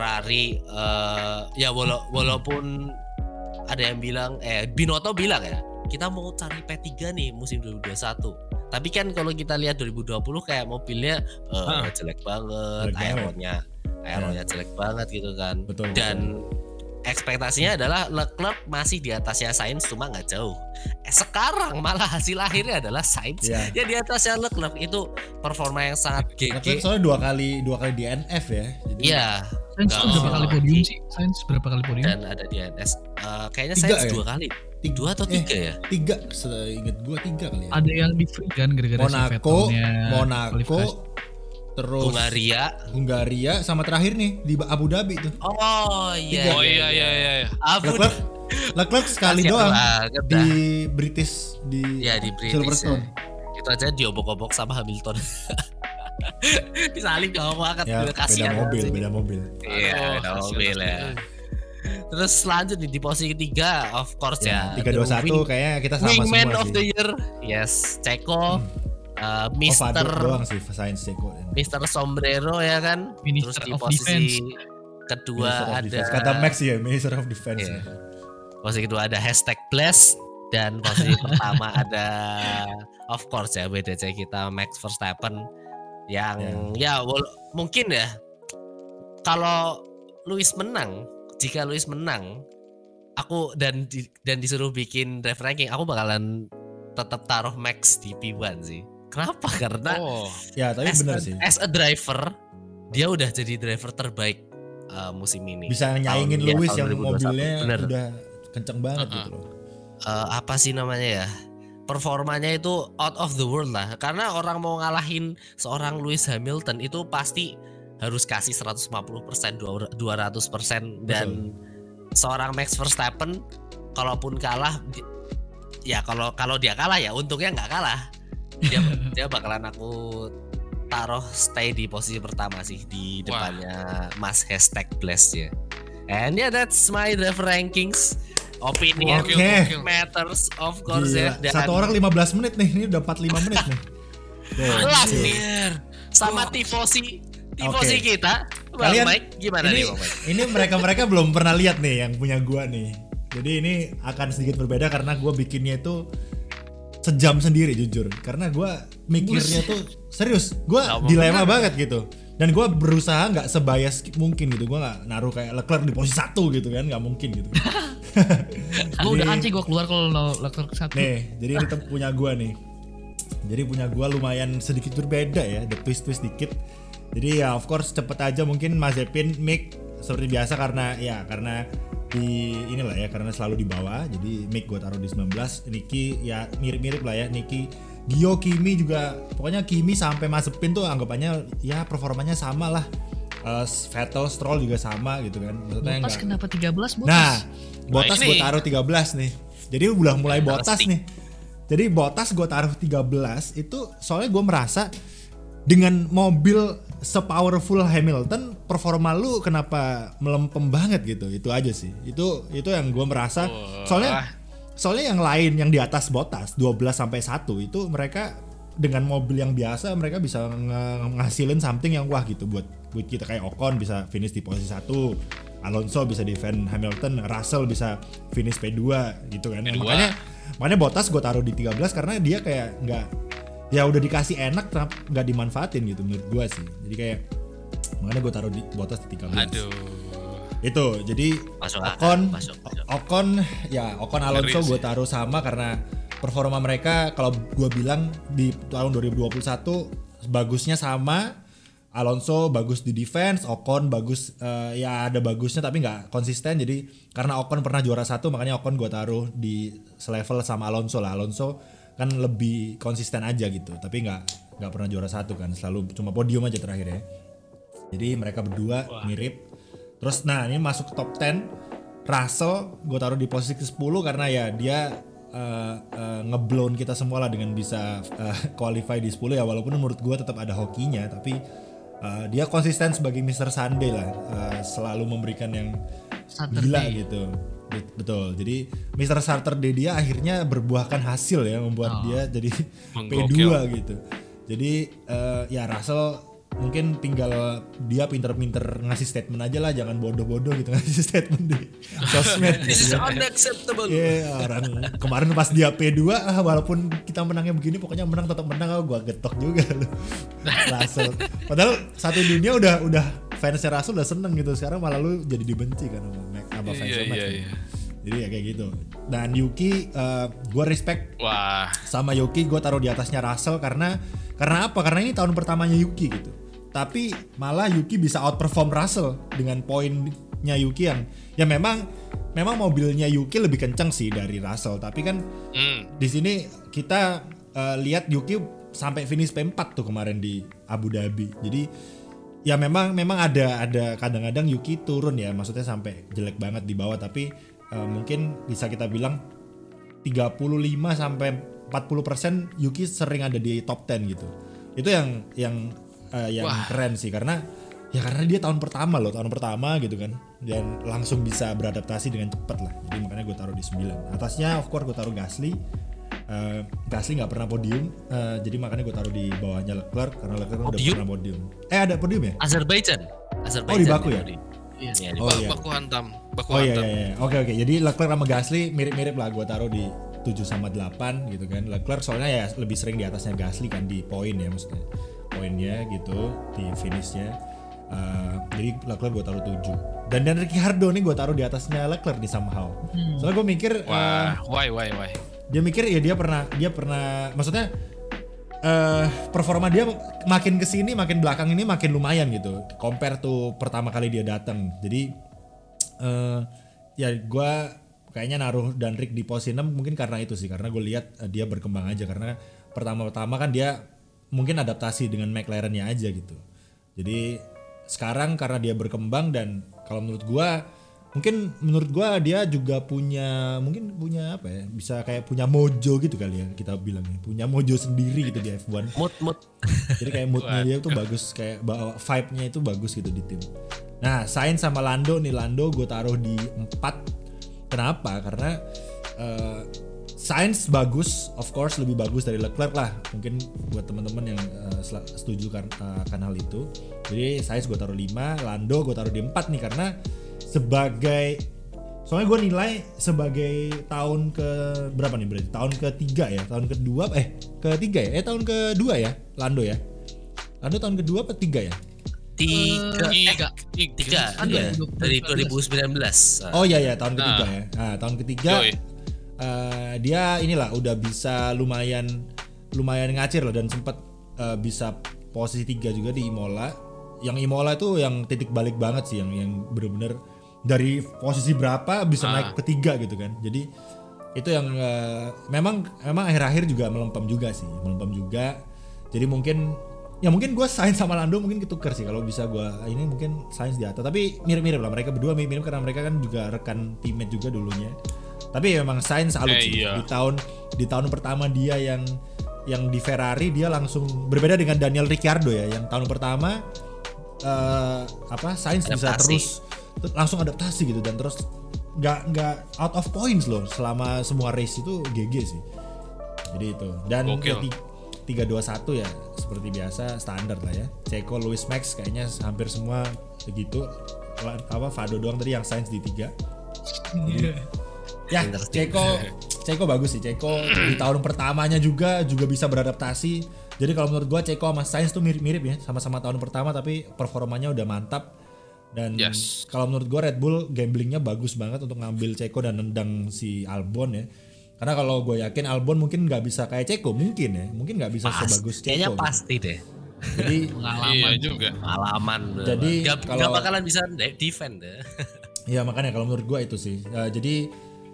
ya walaupun ada yang bilang Binotto bilang ya, kita mau cari P3 nih musim 2021. Tapi kan kalau kita lihat 2020 kayak mobilnya jelek banget, Jelek banget. aeronya jelek banget gitu kan. Betul. Dan ekspektasinya adalah Leclerc masih di atasnya Sainz, cuma nggak jauh. Sekarang malah hasil akhirnya adalah Sainz Iya. ya di atasnya Leclerc. Itu performa yang sangat Leclerc GG. soalnya dua kali di NF ya. Jadi Iya. Sainz tuh berapa kali podium sih? Sainz berapa kali podium? Dan ada di NS. Kayaknya 3 Sainz ya? 2 kali. Tiga- 2 atau 3 ya? 3, seinget gua 3 kali ya. Ada yang di free kan gara-gara si Monaco, Vettelnya Monaco, terus Hungaria sama terakhir nih di Abu Dhabi tuh. Oh iya. Oh iya. Abu Leclerc sekali Kasian doang banget di dah. British di Ya di British Silverstone. ya. Itu aja diobok-obok sama Hamilton. Disalin gak mau banget. Ya, Kasian beda mobil. Iya, beda mobil ya. Terus lanjut nih, di posisi ketiga of course Ya, ya. 321 kayaknya kita sama Wingman semua of sih. the year. Yes, Checo. Fado Mister doang sih Sainz Checo. Mister Sombrero ya kan. Minister Terus di of posisi Defense. kedua Minister of ada Defense. Kata Max ya, Minister of Defense. Iya. Posisi kedua ada #bless, dan posisi pertama ada of course ya BDC kita Max Verstappen yang mungkin ya kalau jika Lewis menang aku dan disuruh bikin driver ranking, aku bakalan tetap taruh Max di P1 sih. Kenapa? Karena Ya, tapi benar sih. as a driver dia udah jadi driver terbaik musim ini. Bisa nyaingin Tahun- Lewis tahun yang 2021. mobilnya Bener. udah kenceng banget gitu loh. Apa sih namanya ya, performanya itu out of the world lah. Karena orang mau ngalahin seorang Lewis Hamilton itu pasti harus kasih 150%, 200%. Dan seorang Max Verstappen kalaupun kalah, ya kalau dia kalah ya untungnya nggak kalah. Dia bakalan aku taruh stay di posisi pertama sih, di depannya Mas #bless ya. And yeah, that's my driver rankings. Opinion Oke. matters of course Gila. ya. Dan Satu orang 15 menit nih, ini udah 45 menit nih. last nih sama tifosi Oke. kita. Bang Kalian- Mike gimana nih Bang Mike? Ini mereka belum pernah lihat nih yang punya gua nih. Jadi ini akan sedikit berbeda karena gue bikinnya itu sejam sendiri jujur. Karena gue mikirnya tuh serius, gue dilema banget gitu. Dan gue berusaha nggak sebias mungkin gitu. Gue nggak naruh kayak Leclerc di posisi 1 gitu kan, nggak mungkin gitu. Gue udah anci gue keluar kalau Leclerc 1. Nih, jadi ini punya gue nih. Jadi punya gue lumayan sedikit berbeda ya, ada twist dikit. Jadi ya of course cepet aja mungkin Mazepin, Mick seperti biasa karena di inilah ya, karena selalu di bawah. Jadi Mick gue taruh di 19, Niki ya mirip-mirip lah ya, Niki, Gio, Kimi juga, pokoknya Kimi sampai Mazepin tuh anggapannya ya performanya sama lah. Vettel, Stroll juga sama gitu kan. Maksudnya Bottas kenapa 13 Bottas? Nah, Bottas gue taruh 13 nih. Jadi udah mulai Bottas nih. Jadi Bottas gue taruh 13 itu soalnya gue merasa dengan mobil sepowerful Hamilton, performa lu kenapa melempem banget gitu. Itu aja sih. Itu yang gue merasa. Soalnya yang lain yang di atas Bottas 12 sampai 1 itu mereka dengan mobil yang biasa mereka bisa ngasilin something yang wah gitu buat kita. Kayak Ocon bisa finish di posisi 1, Alonso bisa defend Hamilton, Russell bisa finish P2 gitu kan. Makanya Bottas gue taruh di 13 karena dia kayak nggak, ya udah dikasih enak tapi nggak dimanfaatin gitu menurut gue sih. Jadi kayak makanya gue taruh di Bottas di 13. Aduh. Itu jadi Ocon Alonso gue taruh sama karena performa mereka kalau gue bilang di tahun 2021 bagusnya sama. Alonso bagus di defense, Ocon bagus ya ada bagusnya tapi nggak konsisten. Jadi karena Ocon pernah juara 1 makanya Ocon gue taruh di selevel sama Alonso lah. Alonso kan lebih konsisten aja gitu tapi nggak pernah juara 1 kan, selalu cuma podium aja terakhir ya. Jadi mereka berdua mirip. Terus nah ini masuk ke top 10, Russell gue taruh di posisi ke-10 karena ya dia ngeblown kita semua lah dengan bisa qualify di 10 ya, walaupun menurut gue tetap ada hokinya tapi dia konsisten sebagai Mr. Sunday lah, selalu memberikan yang gila gitu. Betul. Jadi Mr. Saturday dia akhirnya berbuahkan hasil ya, membuat dia jadi P2 gitu. Jadi ya Russell mungkin tinggal dia pinter-pinter ngasih statement aja lah, jangan bodoh-bodoh gitu ngasih statement di sosmed. This is unacceptable. Orang kemarin pas dia P2 walaupun kita menangnya begini pokoknya menang tetap menang, gua getok juga lu. Russell. Padahal satu dunia udah fansnya Russell udah seneng gitu, sekarang malah lu jadi dibenci kan sama fansnya Max. Iya. Jadi ya kayak gitu. Dan Yuki gue respect. Wah. Sama Yuki gue taruh di atasnya Russell karena apa? Karena ini tahun pertamanya Yuki gitu. Tapi malah Yuki bisa outperform Russell dengan poinnya Yuki yang memang mobilnya Yuki lebih kencang sih dari Russell. Tapi kan di sini kita lihat Yuki sampai finish P4 tuh kemarin di Abu Dhabi. Jadi ya memang ada kadang-kadang Yuki turun ya, maksudnya sampai jelek banget di bawah, tapi mungkin bisa kita bilang 35 sampai 40% Yuki sering ada di top 10 gitu. Itu yang keren sih karena dia tahun pertama gitu kan, dan langsung bisa beradaptasi dengan cepat lah. Jadi makanya gue taruh di 9. Atasnya of course gue taruh Gasly. Gasly nggak pernah podium, jadi makanya gue taruh di bawahnya Leclerc karena Leclerc udah pernah podium. Ada podium ya? Azerbaijan. Oh di Baku ya? Iya. Baku hantam. Iya. Oke. Jadi Leclerc sama Gasly mirip-mirip lah, gue taruh di 7 sama 8 gitu kan. Leclerc soalnya ya lebih sering di atasnya Gasly kan di poin ya, maksudnya poinnya gitu di finishnya. Jadi Leclerc gue taruh 7. Dan Ricciardo nih gue taruh di atasnya Leclerc di somehow. Soalnya gue mikir why? Dia mikir ya dia pernah maksudnya performa dia makin kesini makin belakang ini makin lumayan gitu compare tuh pertama kali dia datang. Jadi ya gue kayaknya naruh Danrik di posisi 6 mungkin karena itu sih, karena gue lihat dia berkembang aja, karena pertama-tama kan dia mungkin adaptasi dengan McLaren-nya aja gitu. Jadi sekarang karena dia berkembang, dan kalau menurut gue dia juga punya apa ya, bisa kayak punya mojo gitu kali ya kita bilangnya, punya mojo sendiri gitu di F1. Mood. Jadi kayak moodnya dia tuh bagus, kayak vibe-nya itu bagus gitu di tim. Nah Sainz sama Lando gue taruh di 4. Kenapa? Karena Sainz bagus, of course lebih bagus dari Leclerc lah. Mungkin buat teman-teman yang setuju akan hal itu. Jadi Sainz gue taruh 5, Lando gue taruh di 4 nih karena sebagai Soalnya gue nilai sebagai tahun ke berapa nih berarti? Tahun ketiga ya, tahun kedua ketiga ya? Tahun kedua ya, Lando ya. Lando tahun kedua apa tiga ya? Tiga Iya. dari 2019. Oh iya tahun ketiga ya. Nah, tahun ketiga Yoi. dia inilah udah bisa lumayan ngacir loh dan sempat bisa posisi 3 juga di Imola. Yang Imola itu yang titik balik banget sih, yang bener-bener dari posisi berapa bisa naik ke 3 gitu kan. Jadi itu yang memang akhir-akhir juga melempem juga. Jadi mungkin gue Sainz sama Lando mungkin ketukar sih, kalau bisa gue ini mungkin Sainz di atas, tapi mirip-mirip lah mereka berdua, mirip karena mereka kan juga rekan teammate juga dulunya. Tapi memang Sainz salut sih. Iya. Di tahun pertama dia yang di Ferrari dia langsung berbeda dengan Daniel Ricciardo ya, yang tahun pertama Sainz bisa terus langsung adaptasi gitu dan terus nggak out of points loh selama semua race itu GG sih. Jadi itu dan 3-2-1 ya seperti biasa standar lah ya. Checo, Lewis, Max kayaknya hampir semua begitu. Fado doang tadi yang Sainz di 3. Ya, Checo bagus sih. Checo di tahun pertamanya juga bisa beradaptasi. Jadi kalau menurut gua Checo sama Sainz tuh mirip-mirip ya, sama-sama tahun pertama tapi performanya udah mantap. Dan kalau menurut gua Red Bull gamblingnya bagus banget untuk ngambil Checo dan nendang si Albon ya. Karena kalau gue yakin Albon mungkin nggak bisa kayak Checo, mungkin nggak bisa sebagus Checo. Kayaknya gitu. Pasti deh. Jadi pengalaman juga. Pengalaman. Jadi nggak bakalan bisa defend deh. Ya makanya kalau menurut gue itu sih. Jadi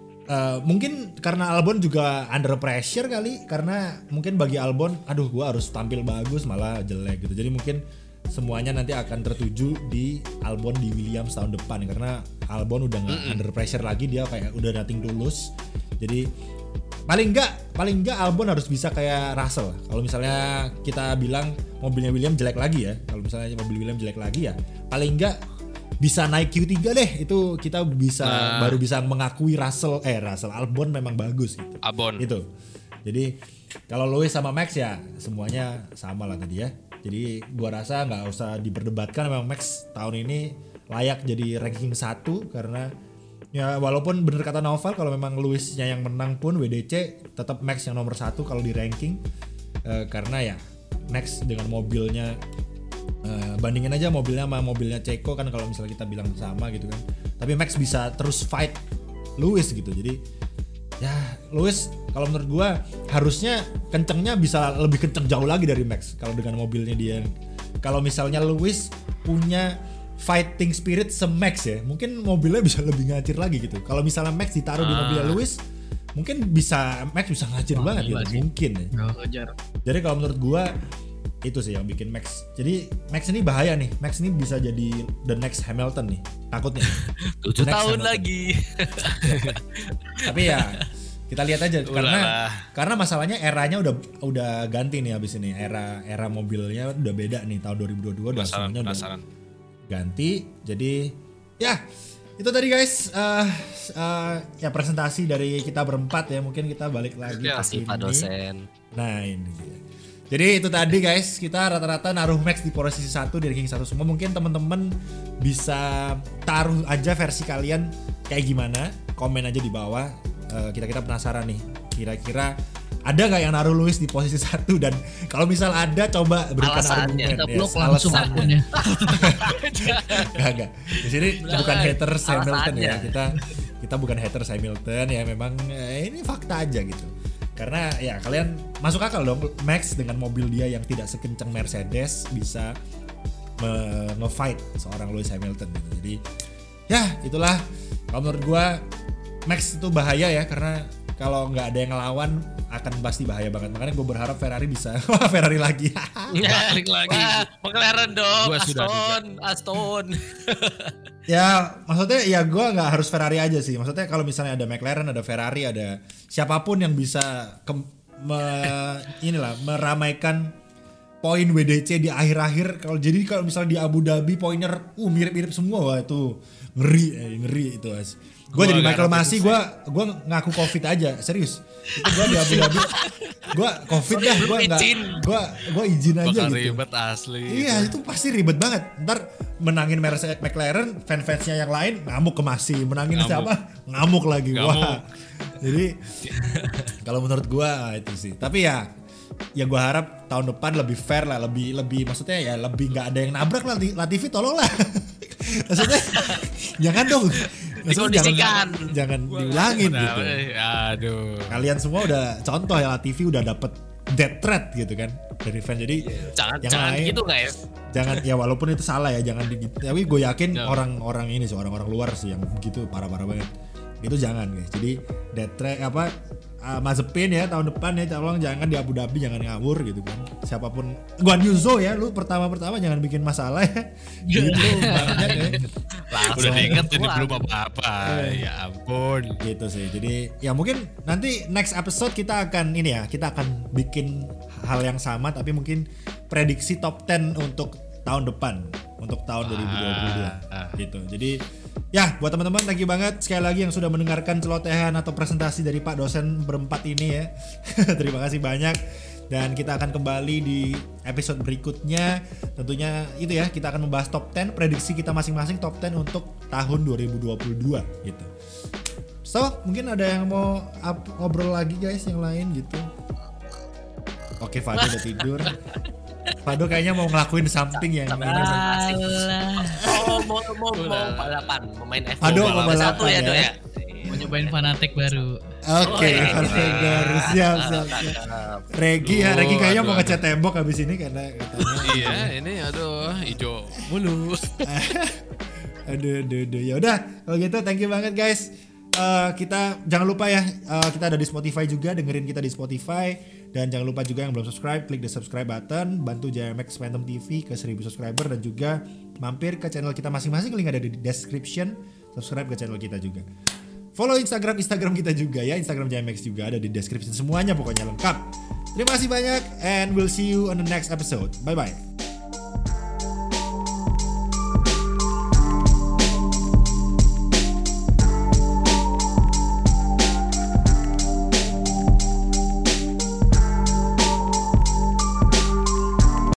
mungkin karena Albon juga under pressure kali, karena mungkin bagi Albon, aduh gue harus tampil bagus malah jelek gitu. Jadi mungkin semuanya nanti akan tertuju di Albon di Williams tahun depan, karena Albon udah nggak under pressure lagi, dia kayak udah nothing to lose. Jadi paling enggak Albon harus bisa kayak Russell. Kalau misalnya kita bilang mobilnya Williams jelek lagi ya, kalau misalnya mobil Williams jelek lagi ya, paling enggak bisa naik Q3 deh, itu kita bisa baru bisa mengakui Russell Albon memang bagus gitu. Albon. Itu. Jadi kalau Lewis sama Max ya semuanya sama lah tadi ya. Jadi gua rasa nggak usah diperdebatkan, memang Max tahun ini layak jadi ranking 1 karena ya walaupun bener kata Noval, kalau memang Lewisnya yang menang pun WDC tetap Max yang nomor 1 kalau di ranking. Karena ya Max dengan mobilnya bandingin aja mobilnya sama mobilnya Checo kan, kalau misalnya kita bilang sama gitu kan, tapi Max bisa terus fight Lewis gitu. Jadi ya Lewis kalau menurut gua harusnya kencengnya bisa lebih kenceng jauh lagi dari Max kalau dengan mobilnya dia. Kalau misalnya Lewis punya fighting spirit se-Max ya, mungkin mobilnya bisa lebih ngacir lagi gitu. Kalau misalnya Max ditaruh di mobilnya Lewis, mungkin Max bisa ngacir banget gitu, mungkin ya. Jadi kalau menurut gua itu sih yang bikin Max. Jadi Max ini bahaya nih. Max ini bisa jadi the next Hamilton nih, takutnya. 7 tahun lagi. Tapi ya kita lihat aja karena masalahnya eranya udah ganti nih habis ini. Era mobilnya udah beda nih, tahun 2022 udah semuanya udah ganti. Jadi ya itu tadi guys ya presentasi dari kita berempat ya. Mungkin kita balik lagi ke sini. Pak dosen. Nah ini dia. Jadi itu tadi guys, kita rata-rata naruh Max di posisi 1 di ranking 1 semua. Mungkin teman-teman bisa taruh aja versi kalian kayak gimana, komen aja di bawah. Kita penasaran nih, kira-kira ada nggak yang naruh Lewis di posisi 1, dan kalau misal ada coba berikan argumen. Kita blok langsung akunnya. Enggak. Di sini bukan haters Hamilton ya. Kita bukan haters Hamilton ya, memang ini fakta aja gitu. Karena ya kalian masuk akal dong, Max dengan mobil dia yang tidak sekencang Mercedes bisa nge-fight seorang Lewis Hamilton gitu. Jadi ya itulah, kalau menurut gua Max itu bahaya ya, karena kalau nggak ada yang ngelawan akan pasti bahaya banget. Makanya gue berharap Ferrari bisa Ferrari lagi. Balik lagi. McLaren dong, Aston. Ya maksudnya ya gue nggak harus Ferrari aja sih. Maksudnya kalau misalnya ada McLaren, ada Ferrari, ada siapapun yang bisa meramaikan poin WDC di akhir-akhir. Kalau misalnya di Abu Dhabi poinnya mirip-mirip semua, wah itu ngeri itu As. Gue jadi Michael Masi, gue ngaku COVID aja, serius. Itu gue di Abu Dhabi, gue COVID dah, gue izin aja bakal gitu. ribet asli. Iya itu pasti ribet banget. Ntar menangin Mercedes McLaren, fans-fansnya yang lain ngamuk ke Masi, menangin siapa ngamuk lagi. Wah. Jadi kalau menurut gue itu sih. Tapi ya gue harap tahun depan lebih fair lah, lebih maksudnya ya lebih nggak ada yang nabrak lah. Latifi tolonglah. Maksudnya jangan dong. Dikondisikan. Jangan diulangin gitu. Aduh. Kalian semua udah contoh ya, Latifi udah dapet death threat gitu kan dari fans. Jadi jangan gitu guys. Jangan ya walaupun itu salah ya, jangan tapi gue yakin orang-orang ini sih, orang-orang luar sih yang begitu parah-parah banget. Itu jangan guys. Jadi death threat Mazepin ya tahun depan ya, tolong jangan di Abu Dhabi, jangan ngawur gitu kan. Siapapun Guan Yu Zhou ya, lu pertama jangan bikin masalah ya. Gitu banyak ya. Udah diingetin belum apa-apa. Ya ampun. Gitu sih. Jadi ya mungkin nanti next episode kita akan bikin hal yang sama tapi mungkin prediksi top 10 untuk tahun depan, untuk tahun 2022 gitu. Jadi ya buat teman-teman thank you banget sekali lagi yang sudah mendengarkan celotehan atau presentasi dari Pak dosen berempat ini ya. Terima kasih banyak. Dan kita akan kembali di episode berikutnya. Tentunya itu ya, kita akan membahas top 10, prediksi kita masing-masing top 10 untuk tahun 2022 gitu. So, mungkin ada yang mau ngobrol lagi guys yang lain gitu. Oke, Fado udah tidur. Fado kayaknya mau ngelakuin something yang mau balapan, mau main F1. Fado mau balapan ya, Dok ya. Mau nyobain Fanatec baru. Oke, Fanatec baru siap. Regi kayaknya mau ngecat tembok habis ini karena katanya. Iya, ini aduh hijau mulu. aduh. Ya udah, kalau gitu thank you banget guys. Kita jangan lupa ya, kita ada di Spotify juga, dengerin kita di Spotify. Dan jangan lupa juga yang belum subscribe, klik the subscribe button, bantu JMX Phantom TV ke 1000 subscriber, dan juga mampir ke channel kita masing-masing, link ada di description. Subscribe ke channel kita juga. Follow Instagram kita juga ya, Instagram JMX juga ada di description, semuanya pokoknya lengkap. Terima kasih banyak and we'll see you on the next episode. Bye bye.